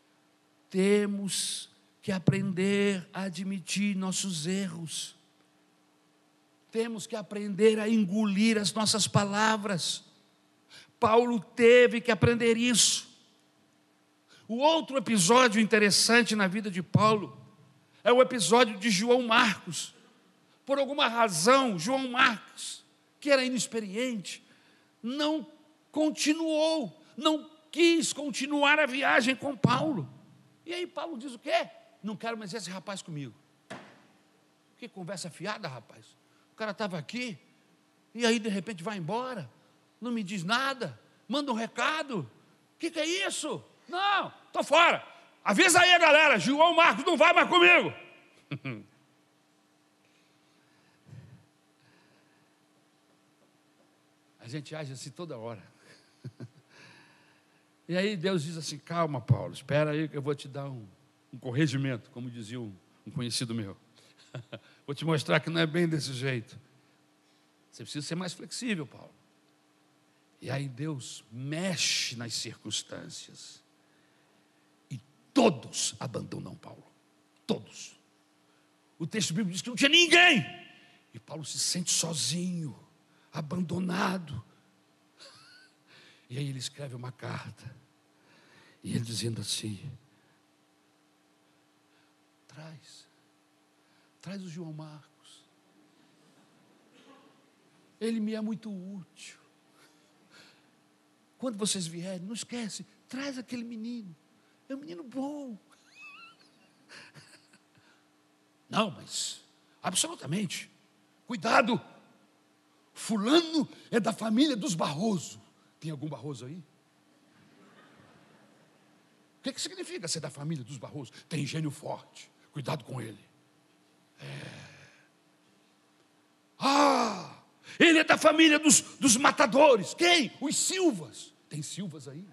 Temos que aprender a admitir nossos erros. Temos que aprender a engolir as nossas palavras. Paulo teve que aprender isso. O outro episódio interessante na vida de Paulo é o episódio de João Marcos. Por alguma razão, João Marcos, que era inexperiente, não continuou, não quis continuar a viagem com Paulo. E aí Paulo diz o quê? Não quero mais esse rapaz comigo. Que conversa fiada, rapaz. O cara estava aqui, e aí de repente vai embora, não me diz nada, manda um recado. O que é isso? Não, estou fora. Avisa aí a galera, João Marcos não vai mais comigo. A gente age assim toda hora. E aí Deus diz assim: calma, Paulo, espera aí que eu vou te dar um corrigimento, como dizia um conhecido meu. Vou te mostrar que não é bem desse jeito. Você precisa ser mais flexível, Paulo. E aí Deus mexe nas circunstâncias. E todos abandonam Paulo. Todos. O texto bíblico diz que não tinha ninguém. E Paulo se sente sozinho, abandonado. E aí ele escreve uma carta. E ele dizendo assim: Traz o João Marcos. Ele me é muito útil. Quando vocês vierem, não esquece, traz aquele menino. É um menino bom. Não, mas absolutamente. Cuidado. Fulano é da família dos Barroso. Tem algum Barroso aí? O que significa ser da família dos Barroso? Tem gênio forte. Cuidado com ele. Ele é da família dos matadores. Quem? Os Silvas. Tem Silvas aí?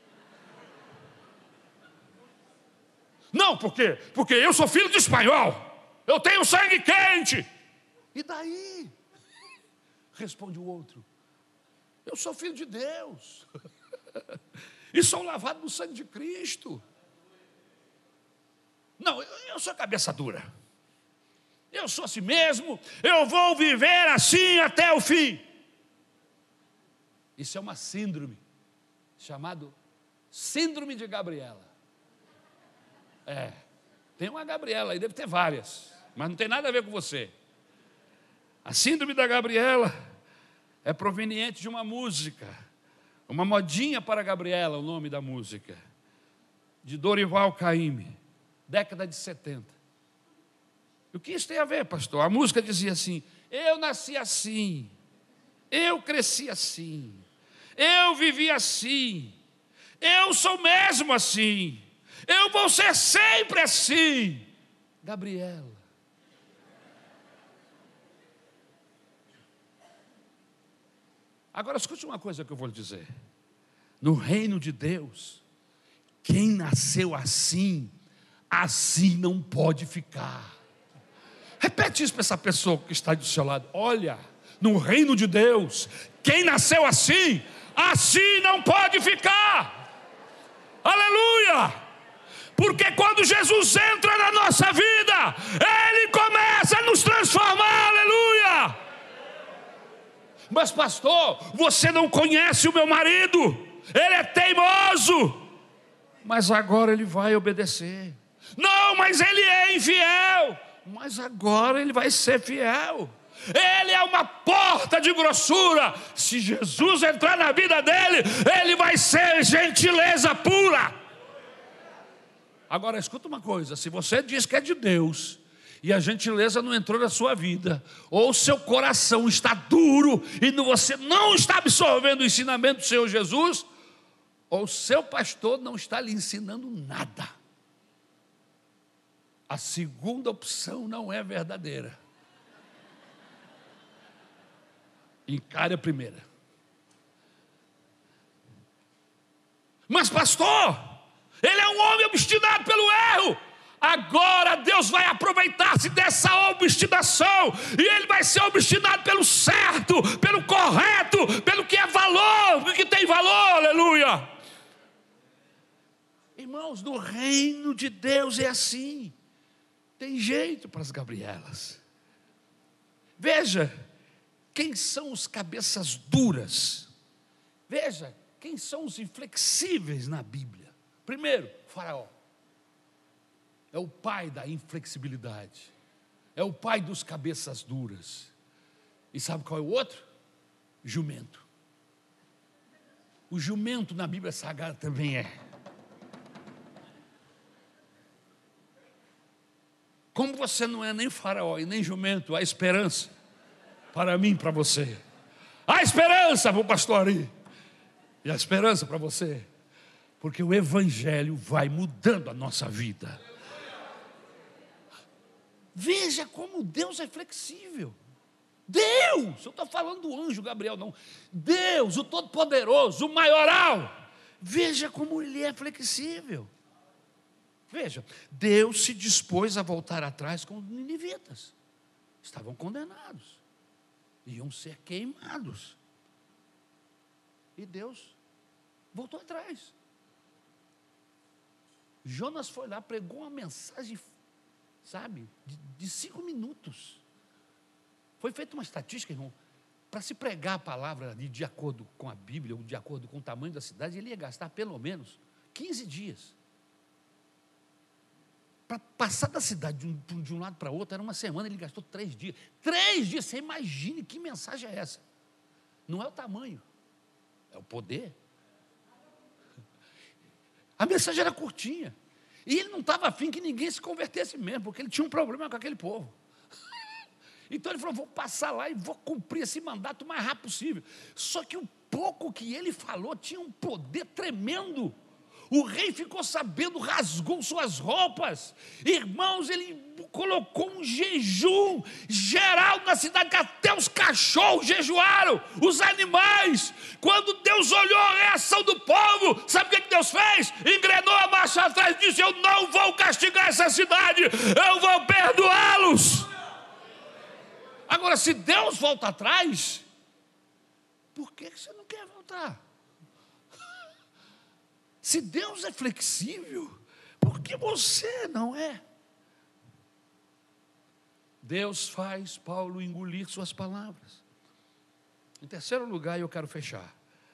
Não, por quê? Porque eu sou filho de espanhol. Eu tenho sangue quente. E daí? Responde o outro: eu sou filho de Deus. E sou lavado no sangue de Cristo. Não, eu sou cabeça dura. Eu sou assim mesmo. Eu vou viver assim até o fim. Isso é uma síndrome chamado síndrome de Gabriela. Tem uma Gabriela aí, deve ter várias, mas não tem nada a ver com você. A síndrome da Gabriela é proveniente de uma música, uma modinha para Gabriela, o nome da música, de Dorival Caymmi, década de 70. O que isso tem a ver, pastor? A música dizia assim: eu nasci assim, eu cresci assim, eu vivi assim, eu sou mesmo assim, eu vou ser sempre assim. Gabriela. Agora escute uma coisa que eu vou lhe dizer. No reino de Deus, quem nasceu assim, assim não pode ficar. Repete isso para essa pessoa que está do seu lado. Olha, no reino de Deus, quem nasceu assim, assim não pode ficar. Aleluia! Porque quando Jesus entra na nossa vida, Ele começa começa a nos transformar, aleluia. Mas pastor, você não conhece o meu marido, ele é teimoso, mas agora ele vai obedecer. Não, mas ele é infiel, mas agora ele vai ser fiel. Ele é uma porta de grossura. Se Jesus entrar na vida dele, ele vai ser gentileza pura. Agora escuta uma coisa, se você diz que é de Deus e a gentileza não entrou na sua vida, ou seu coração está duro e você não está absorvendo o ensinamento do Senhor Jesus, ou seu pastor não está lhe ensinando nada. A segunda opção não é verdadeira. Encare a primeira. Mas pastor, ele é um homem obstinado pelo erro. Agora Deus vai aproveitar-se dessa obstinação, e ele vai ser obstinado pelo certo, pelo correto, pelo que é valor, pelo que tem valor, aleluia. Irmãos, no reino de Deus é assim. Tem jeito para as Gabrielas. Veja quem são os cabeças duras. Veja quem são os inflexíveis na Bíblia. Primeiro, Faraó. É o pai da inflexibilidade. É o pai dos cabeças duras. E sabe qual é o outro? Jumento. O jumento na Bíblia Sagrada também é. Como você não é nem faraó e nem jumento, há esperança para mim e para você. Há esperança para o pastor Ari. E há esperança para você. Porque o Evangelho vai mudando a nossa vida. Veja como Deus é flexível. Deus, eu estou falando do anjo Gabriel, não. Deus, o Todo-Poderoso, o Maioral. Veja como Ele é flexível. Veja, Deus se dispôs a voltar atrás com os ninivitas. Estavam condenados. Iam ser queimados. E Deus voltou atrás. Jonas foi lá, pregou uma mensagem, sabe, de 5 minutos. Foi feita uma estatística, irmão, para se pregar a palavra de acordo com a Bíblia, ou de acordo com o tamanho da cidade, ele ia gastar pelo menos 15 dias. Para passar da cidade de um lado para outro, era uma semana, ele gastou 3 dias. 3 dias, você imagine que mensagem é essa. Não é o tamanho, é o poder. A mensagem era curtinha. E ele não estava afim que ninguém se convertesse mesmo, porque ele tinha um problema com aquele povo. Então ele falou, vou passar lá e vou cumprir esse mandato o mais rápido possível. Só que o pouco que ele falou tinha um poder tremendo. O rei ficou sabendo, rasgou suas roupas. Irmãos, ele colocou um jejum geral na cidade, que até os cachorros jejuaram, os animais. Quando Deus olhou a reação do povo, sabe o que Deus fez? Engrenou a marcha atrás e disse, eu não vou castigar essa cidade, eu vou perdoá-los. Agora, se Deus volta atrás, por que você não quer voltar? Se Deus é flexível, por que você não é? Deus faz Paulo engolir suas palavras. Em terceiro lugar, eu quero fechar.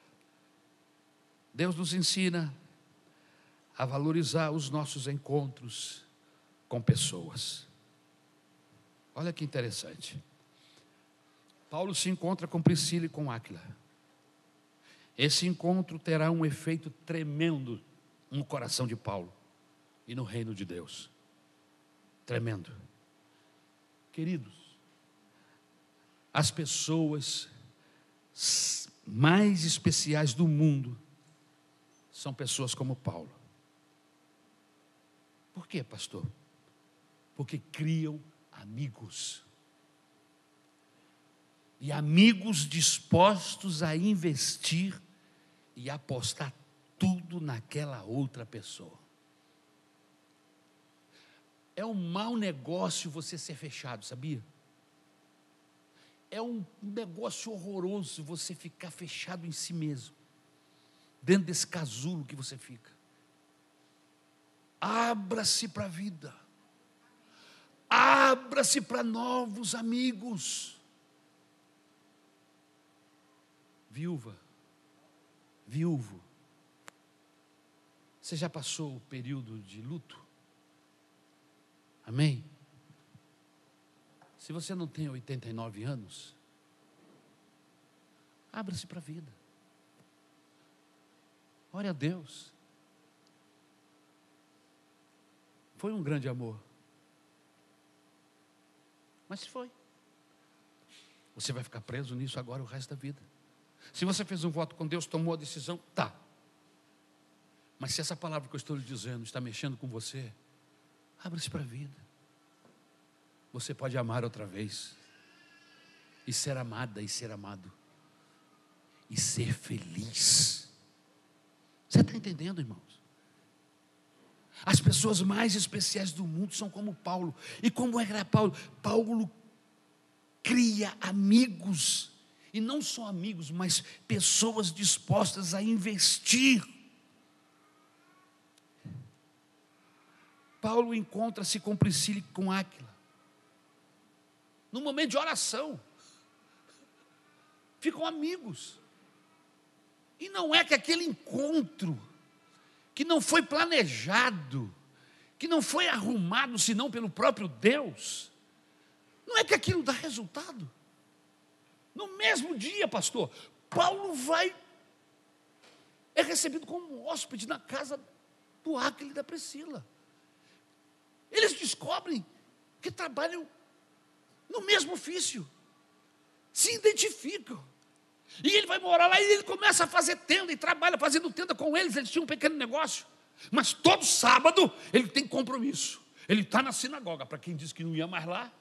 Deus nos ensina a valorizar os nossos encontros com pessoas. Olha que interessante. Paulo se encontra com Priscila e com Áquila. Esse encontro terá um efeito tremendo no coração de Paulo e no reino de Deus. Tremendo. Queridos, as pessoas mais especiais do mundo são pessoas como Paulo. Por quê, pastor? Porque criam amigos. E amigos dispostos a investir e apostar tudo naquela outra pessoa. É um mau negócio você ser fechado, sabia? É um negócio horroroso você ficar fechado em si mesmo, dentro desse casulo que você fica. Abra-se para a vida. Abra-se para novos amigos. Viúva, viúvo, você já passou o período de luto? Amém? Se você não tem 89 anos, abra-se para a vida. Ore a Deus. Foi um grande amor. Mas foi. Você vai ficar preso nisso agora o resto da vida. Se você fez um voto com Deus, tomou a decisão, tá. Mas se essa palavra que eu estou lhe dizendo está mexendo com você, abra-se para a vida. Você pode amar outra vez. E ser amada e ser amado. E ser feliz. Você está entendendo, irmãos? As pessoas mais especiais do mundo são como Paulo. E como era Paulo? Paulo cria amigos. E não só amigos, mas pessoas dispostas a investir. Paulo encontra-se com Priscila e com Áquila. No momento de oração. Ficam amigos. E não é que aquele encontro, que não foi planejado, que não foi arrumado, senão pelo próprio Deus, não é que aquilo dá resultado. No mesmo dia, pastor, Paulo é recebido como hóspede na casa do Áquila e da Priscila. Eles descobrem que trabalham no mesmo ofício, se identificam. E ele vai morar lá e ele começa a fazer tenda e trabalha fazendo tenda com eles. Eles tinham um pequeno negócio, mas todo sábado ele tem compromisso. Ele está na sinagoga, para quem disse que não ia mais lá.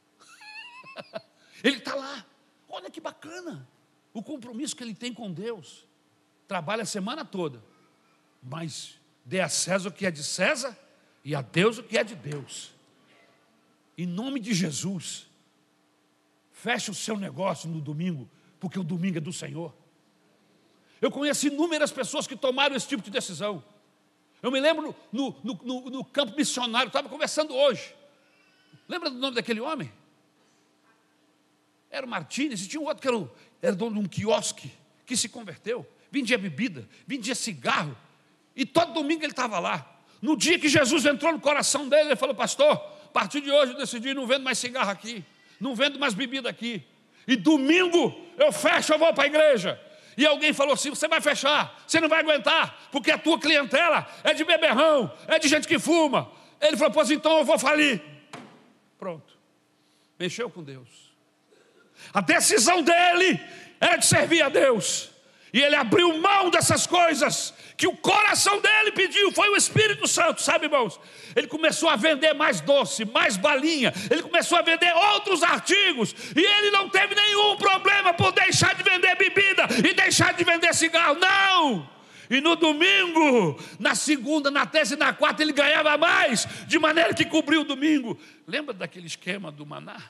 Ele está lá. Olha que bacana o compromisso que ele tem com Deus. Trabalha a semana toda, mas dê a César o que é de César e a Deus o que é de Deus. Em nome de Jesus, feche o seu negócio no domingo, porque o domingo é do Senhor. Eu conheço inúmeras pessoas que tomaram esse tipo de decisão. Eu me lembro no campo missionário, estava conversando hoje. Lembra do nome daquele homem? Era o Martínez, e tinha um outro que era dono de um quiosque, que se converteu, vendia bebida, vendia cigarro, e todo domingo ele estava lá. No dia que Jesus entrou no coração dele, ele falou: pastor, a partir de hoje eu decidi, não vendo mais cigarro aqui, não vendo mais bebida aqui, e domingo eu fecho, eu vou para a igreja. E alguém falou assim: você vai fechar, você não vai aguentar, porque a tua clientela é de beberrão, é de gente que fuma. Ele falou: pois então eu vou falir. Pronto, mexeu com Deus. A decisão dele era de servir a Deus, e ele abriu mão dessas coisas que o coração dele pediu. Foi o Espírito Santo, sabe, irmãos? Ele começou a vender mais doce, mais balinha, ele começou a vender outros artigos, e ele não teve nenhum problema por deixar de vender bebida e deixar de vender cigarro, não! E no domingo, na segunda, na terça e na quarta, ele ganhava mais, de maneira que cobriu o domingo. Lembra daquele esquema do maná?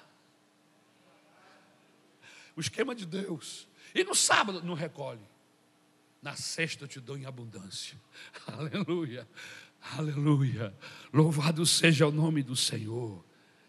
O esquema de Deus. E no sábado não recolhe. Na sexta eu te dou em abundância. Aleluia, aleluia. Louvado seja o nome do Senhor.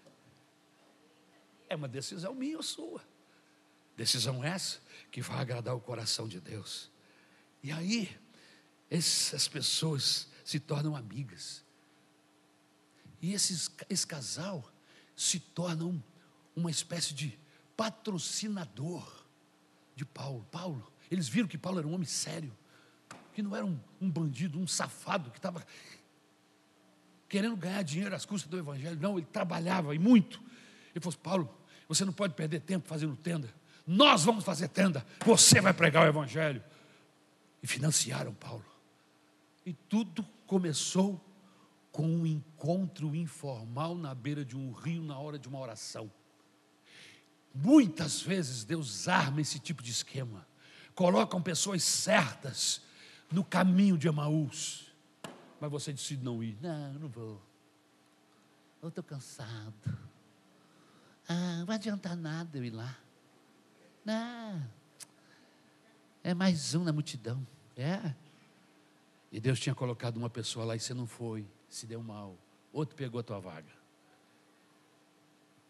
É uma decisão minha ou sua. Decisão essa que vai agradar o coração de Deus. E aí, essas pessoas se tornam amigas. E esse casal se torna uma espécie de patrocinador de Paulo. Eles viram que Paulo era um homem sério, que não era um bandido, um safado, que estava querendo ganhar dinheiro às custas do evangelho. Não, ele trabalhava e muito. Ele falou: Paulo, você não pode perder tempo fazendo tenda. Nós vamos fazer tenda, você vai pregar o evangelho. E financiaram Paulo. E tudo começou com um encontro informal na beira de um rio, na hora de uma oração. Muitas vezes Deus arma esse tipo de esquema, colocam pessoas certas no caminho de Emaús, mas você decide não ir. Não, eu não vou, eu estou cansado, não vai adiantar nada eu ir lá, não, é mais um na multidão. E Deus tinha colocado uma pessoa lá e você não foi, se deu mal, outro pegou a tua vaga.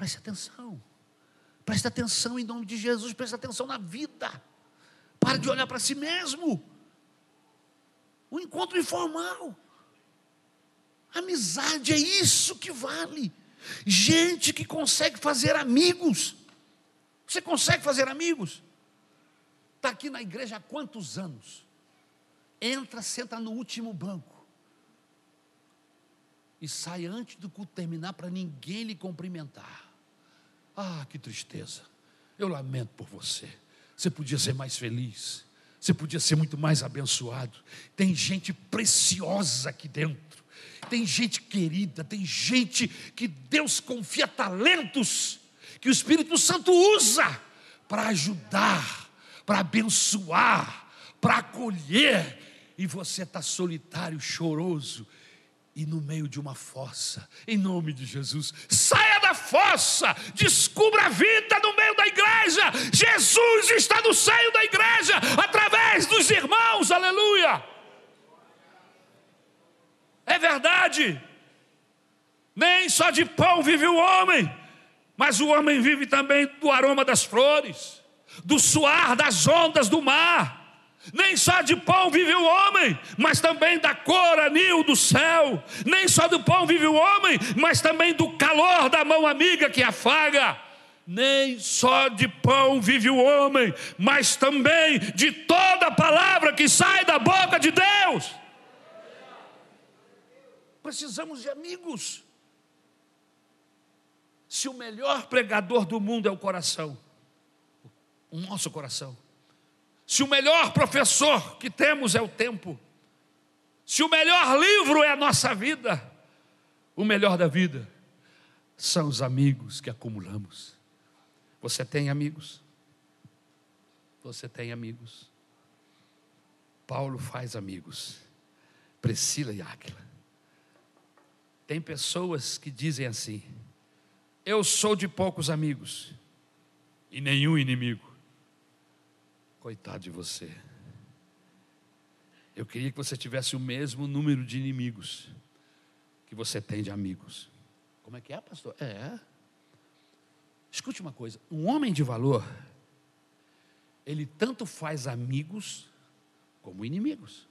Preste atenção. Preste atenção em nome de Jesus. Preste atenção na vida. Para de olhar para si mesmo. Um encontro informal. Amizade é isso que vale. Gente que consegue fazer amigos. Você consegue fazer amigos? Está aqui na igreja há quantos anos? Entra, senta no último banco. E sai antes do culto terminar para ninguém lhe cumprimentar. Ah, que tristeza. Eu lamento por você. Você podia ser mais feliz. Você podia ser muito mais abençoado. Tem gente preciosa aqui dentro. Tem gente querida. Tem gente que Deus confia talentos. Que o Espírito Santo usa para ajudar, para abençoar, para acolher. E você está solitário, choroso. E no meio de uma fossa, em nome de Jesus, saia da fossa, descubra a vida no meio da igreja. Jesus está no seio da igreja, através dos irmãos, aleluia. É verdade, nem só de pão vive o homem, mas o homem vive também do aroma das flores, do suar das ondas do mar. Nem só de pão vive o homem, mas também da cor anil do céu. Nem só do pão vive o homem, mas também do calor da mão amiga que afaga. Nem só de pão vive o homem, mas também de toda a palavra que sai da boca de Deus. Precisamos de amigos. Se o melhor pregador do mundo é o coração, o nosso coração, se o melhor professor que temos é o tempo, se o melhor livro é a nossa vida, o melhor da vida são os amigos que acumulamos. Você tem amigos? Você tem amigos? Paulo faz amigos. Priscila e Áquila. Tem pessoas que dizem assim: eu sou de poucos amigos e nenhum inimigo. Coitado de você. Eu queria que você tivesse o mesmo número de inimigos que você tem de amigos. Como é que é, pastor? Escute uma coisa. Um homem de valor, ele tanto faz amigos como inimigos.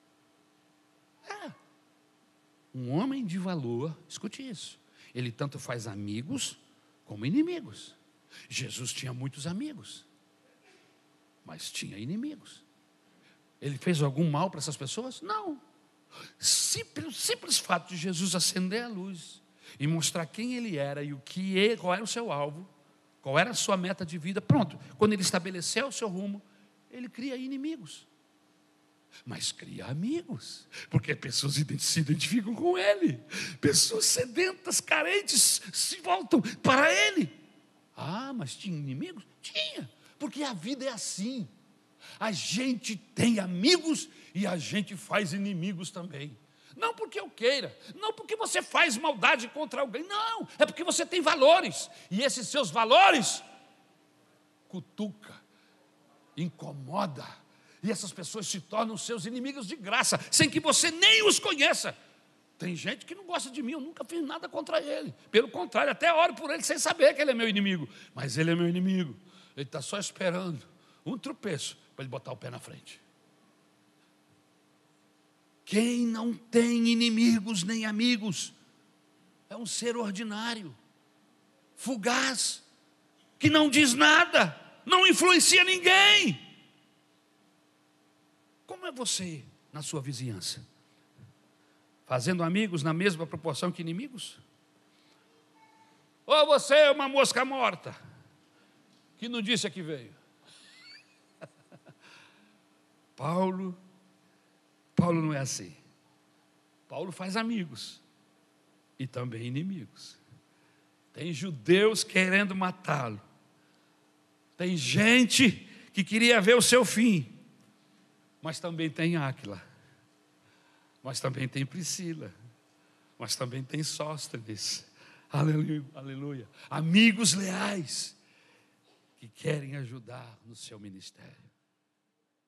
Um homem de valor, escute isso, ele tanto faz amigos como inimigos. Jesus tinha muitos amigos, mas tinha inimigos. Ele fez algum mal para essas pessoas? Não. Simples fato de Jesus acender a luz e mostrar quem ele era e qual era o seu alvo, qual era a sua meta de vida, pronto. Quando ele estabeleceu o seu rumo, ele cria inimigos. Mas cria amigos, porque pessoas se identificam com ele. Pessoas sedentas, carentes, se voltam para ele. Ah, mas tinha inimigos? Tinha. Porque a vida é assim. A gente tem amigos e a gente faz inimigos também. Não porque eu queira, não porque você faz maldade contra alguém, não, é porque você tem valores. E esses seus valores cutuca, incomoda, e essas pessoas se tornam seus inimigos de graça, sem que você nem os conheça. Tem gente que não gosta de mim, eu nunca fiz nada contra ele. Pelo contrário, até oro por ele sem saber que ele é meu inimigo. Mas ele é meu inimigo. Ele está só esperando um tropeço para ele botar o pé na frente. Quem não tem inimigos nem amigos é um ser ordinário, fugaz, que não diz nada, não influencia ninguém. Como é você na sua vizinhança? Fazendo amigos na mesma proporção que inimigos? Ou você é uma mosca morta que não disse a que veio? Paulo não é assim. Paulo faz amigos e também inimigos. Tem judeus querendo matá-lo. Tem gente que queria ver o seu fim. Mas também tem Áquila. Mas também tem Priscila. Mas também tem Sóstenes. Aleluia, aleluia. Amigos leais que querem ajudar no seu ministério.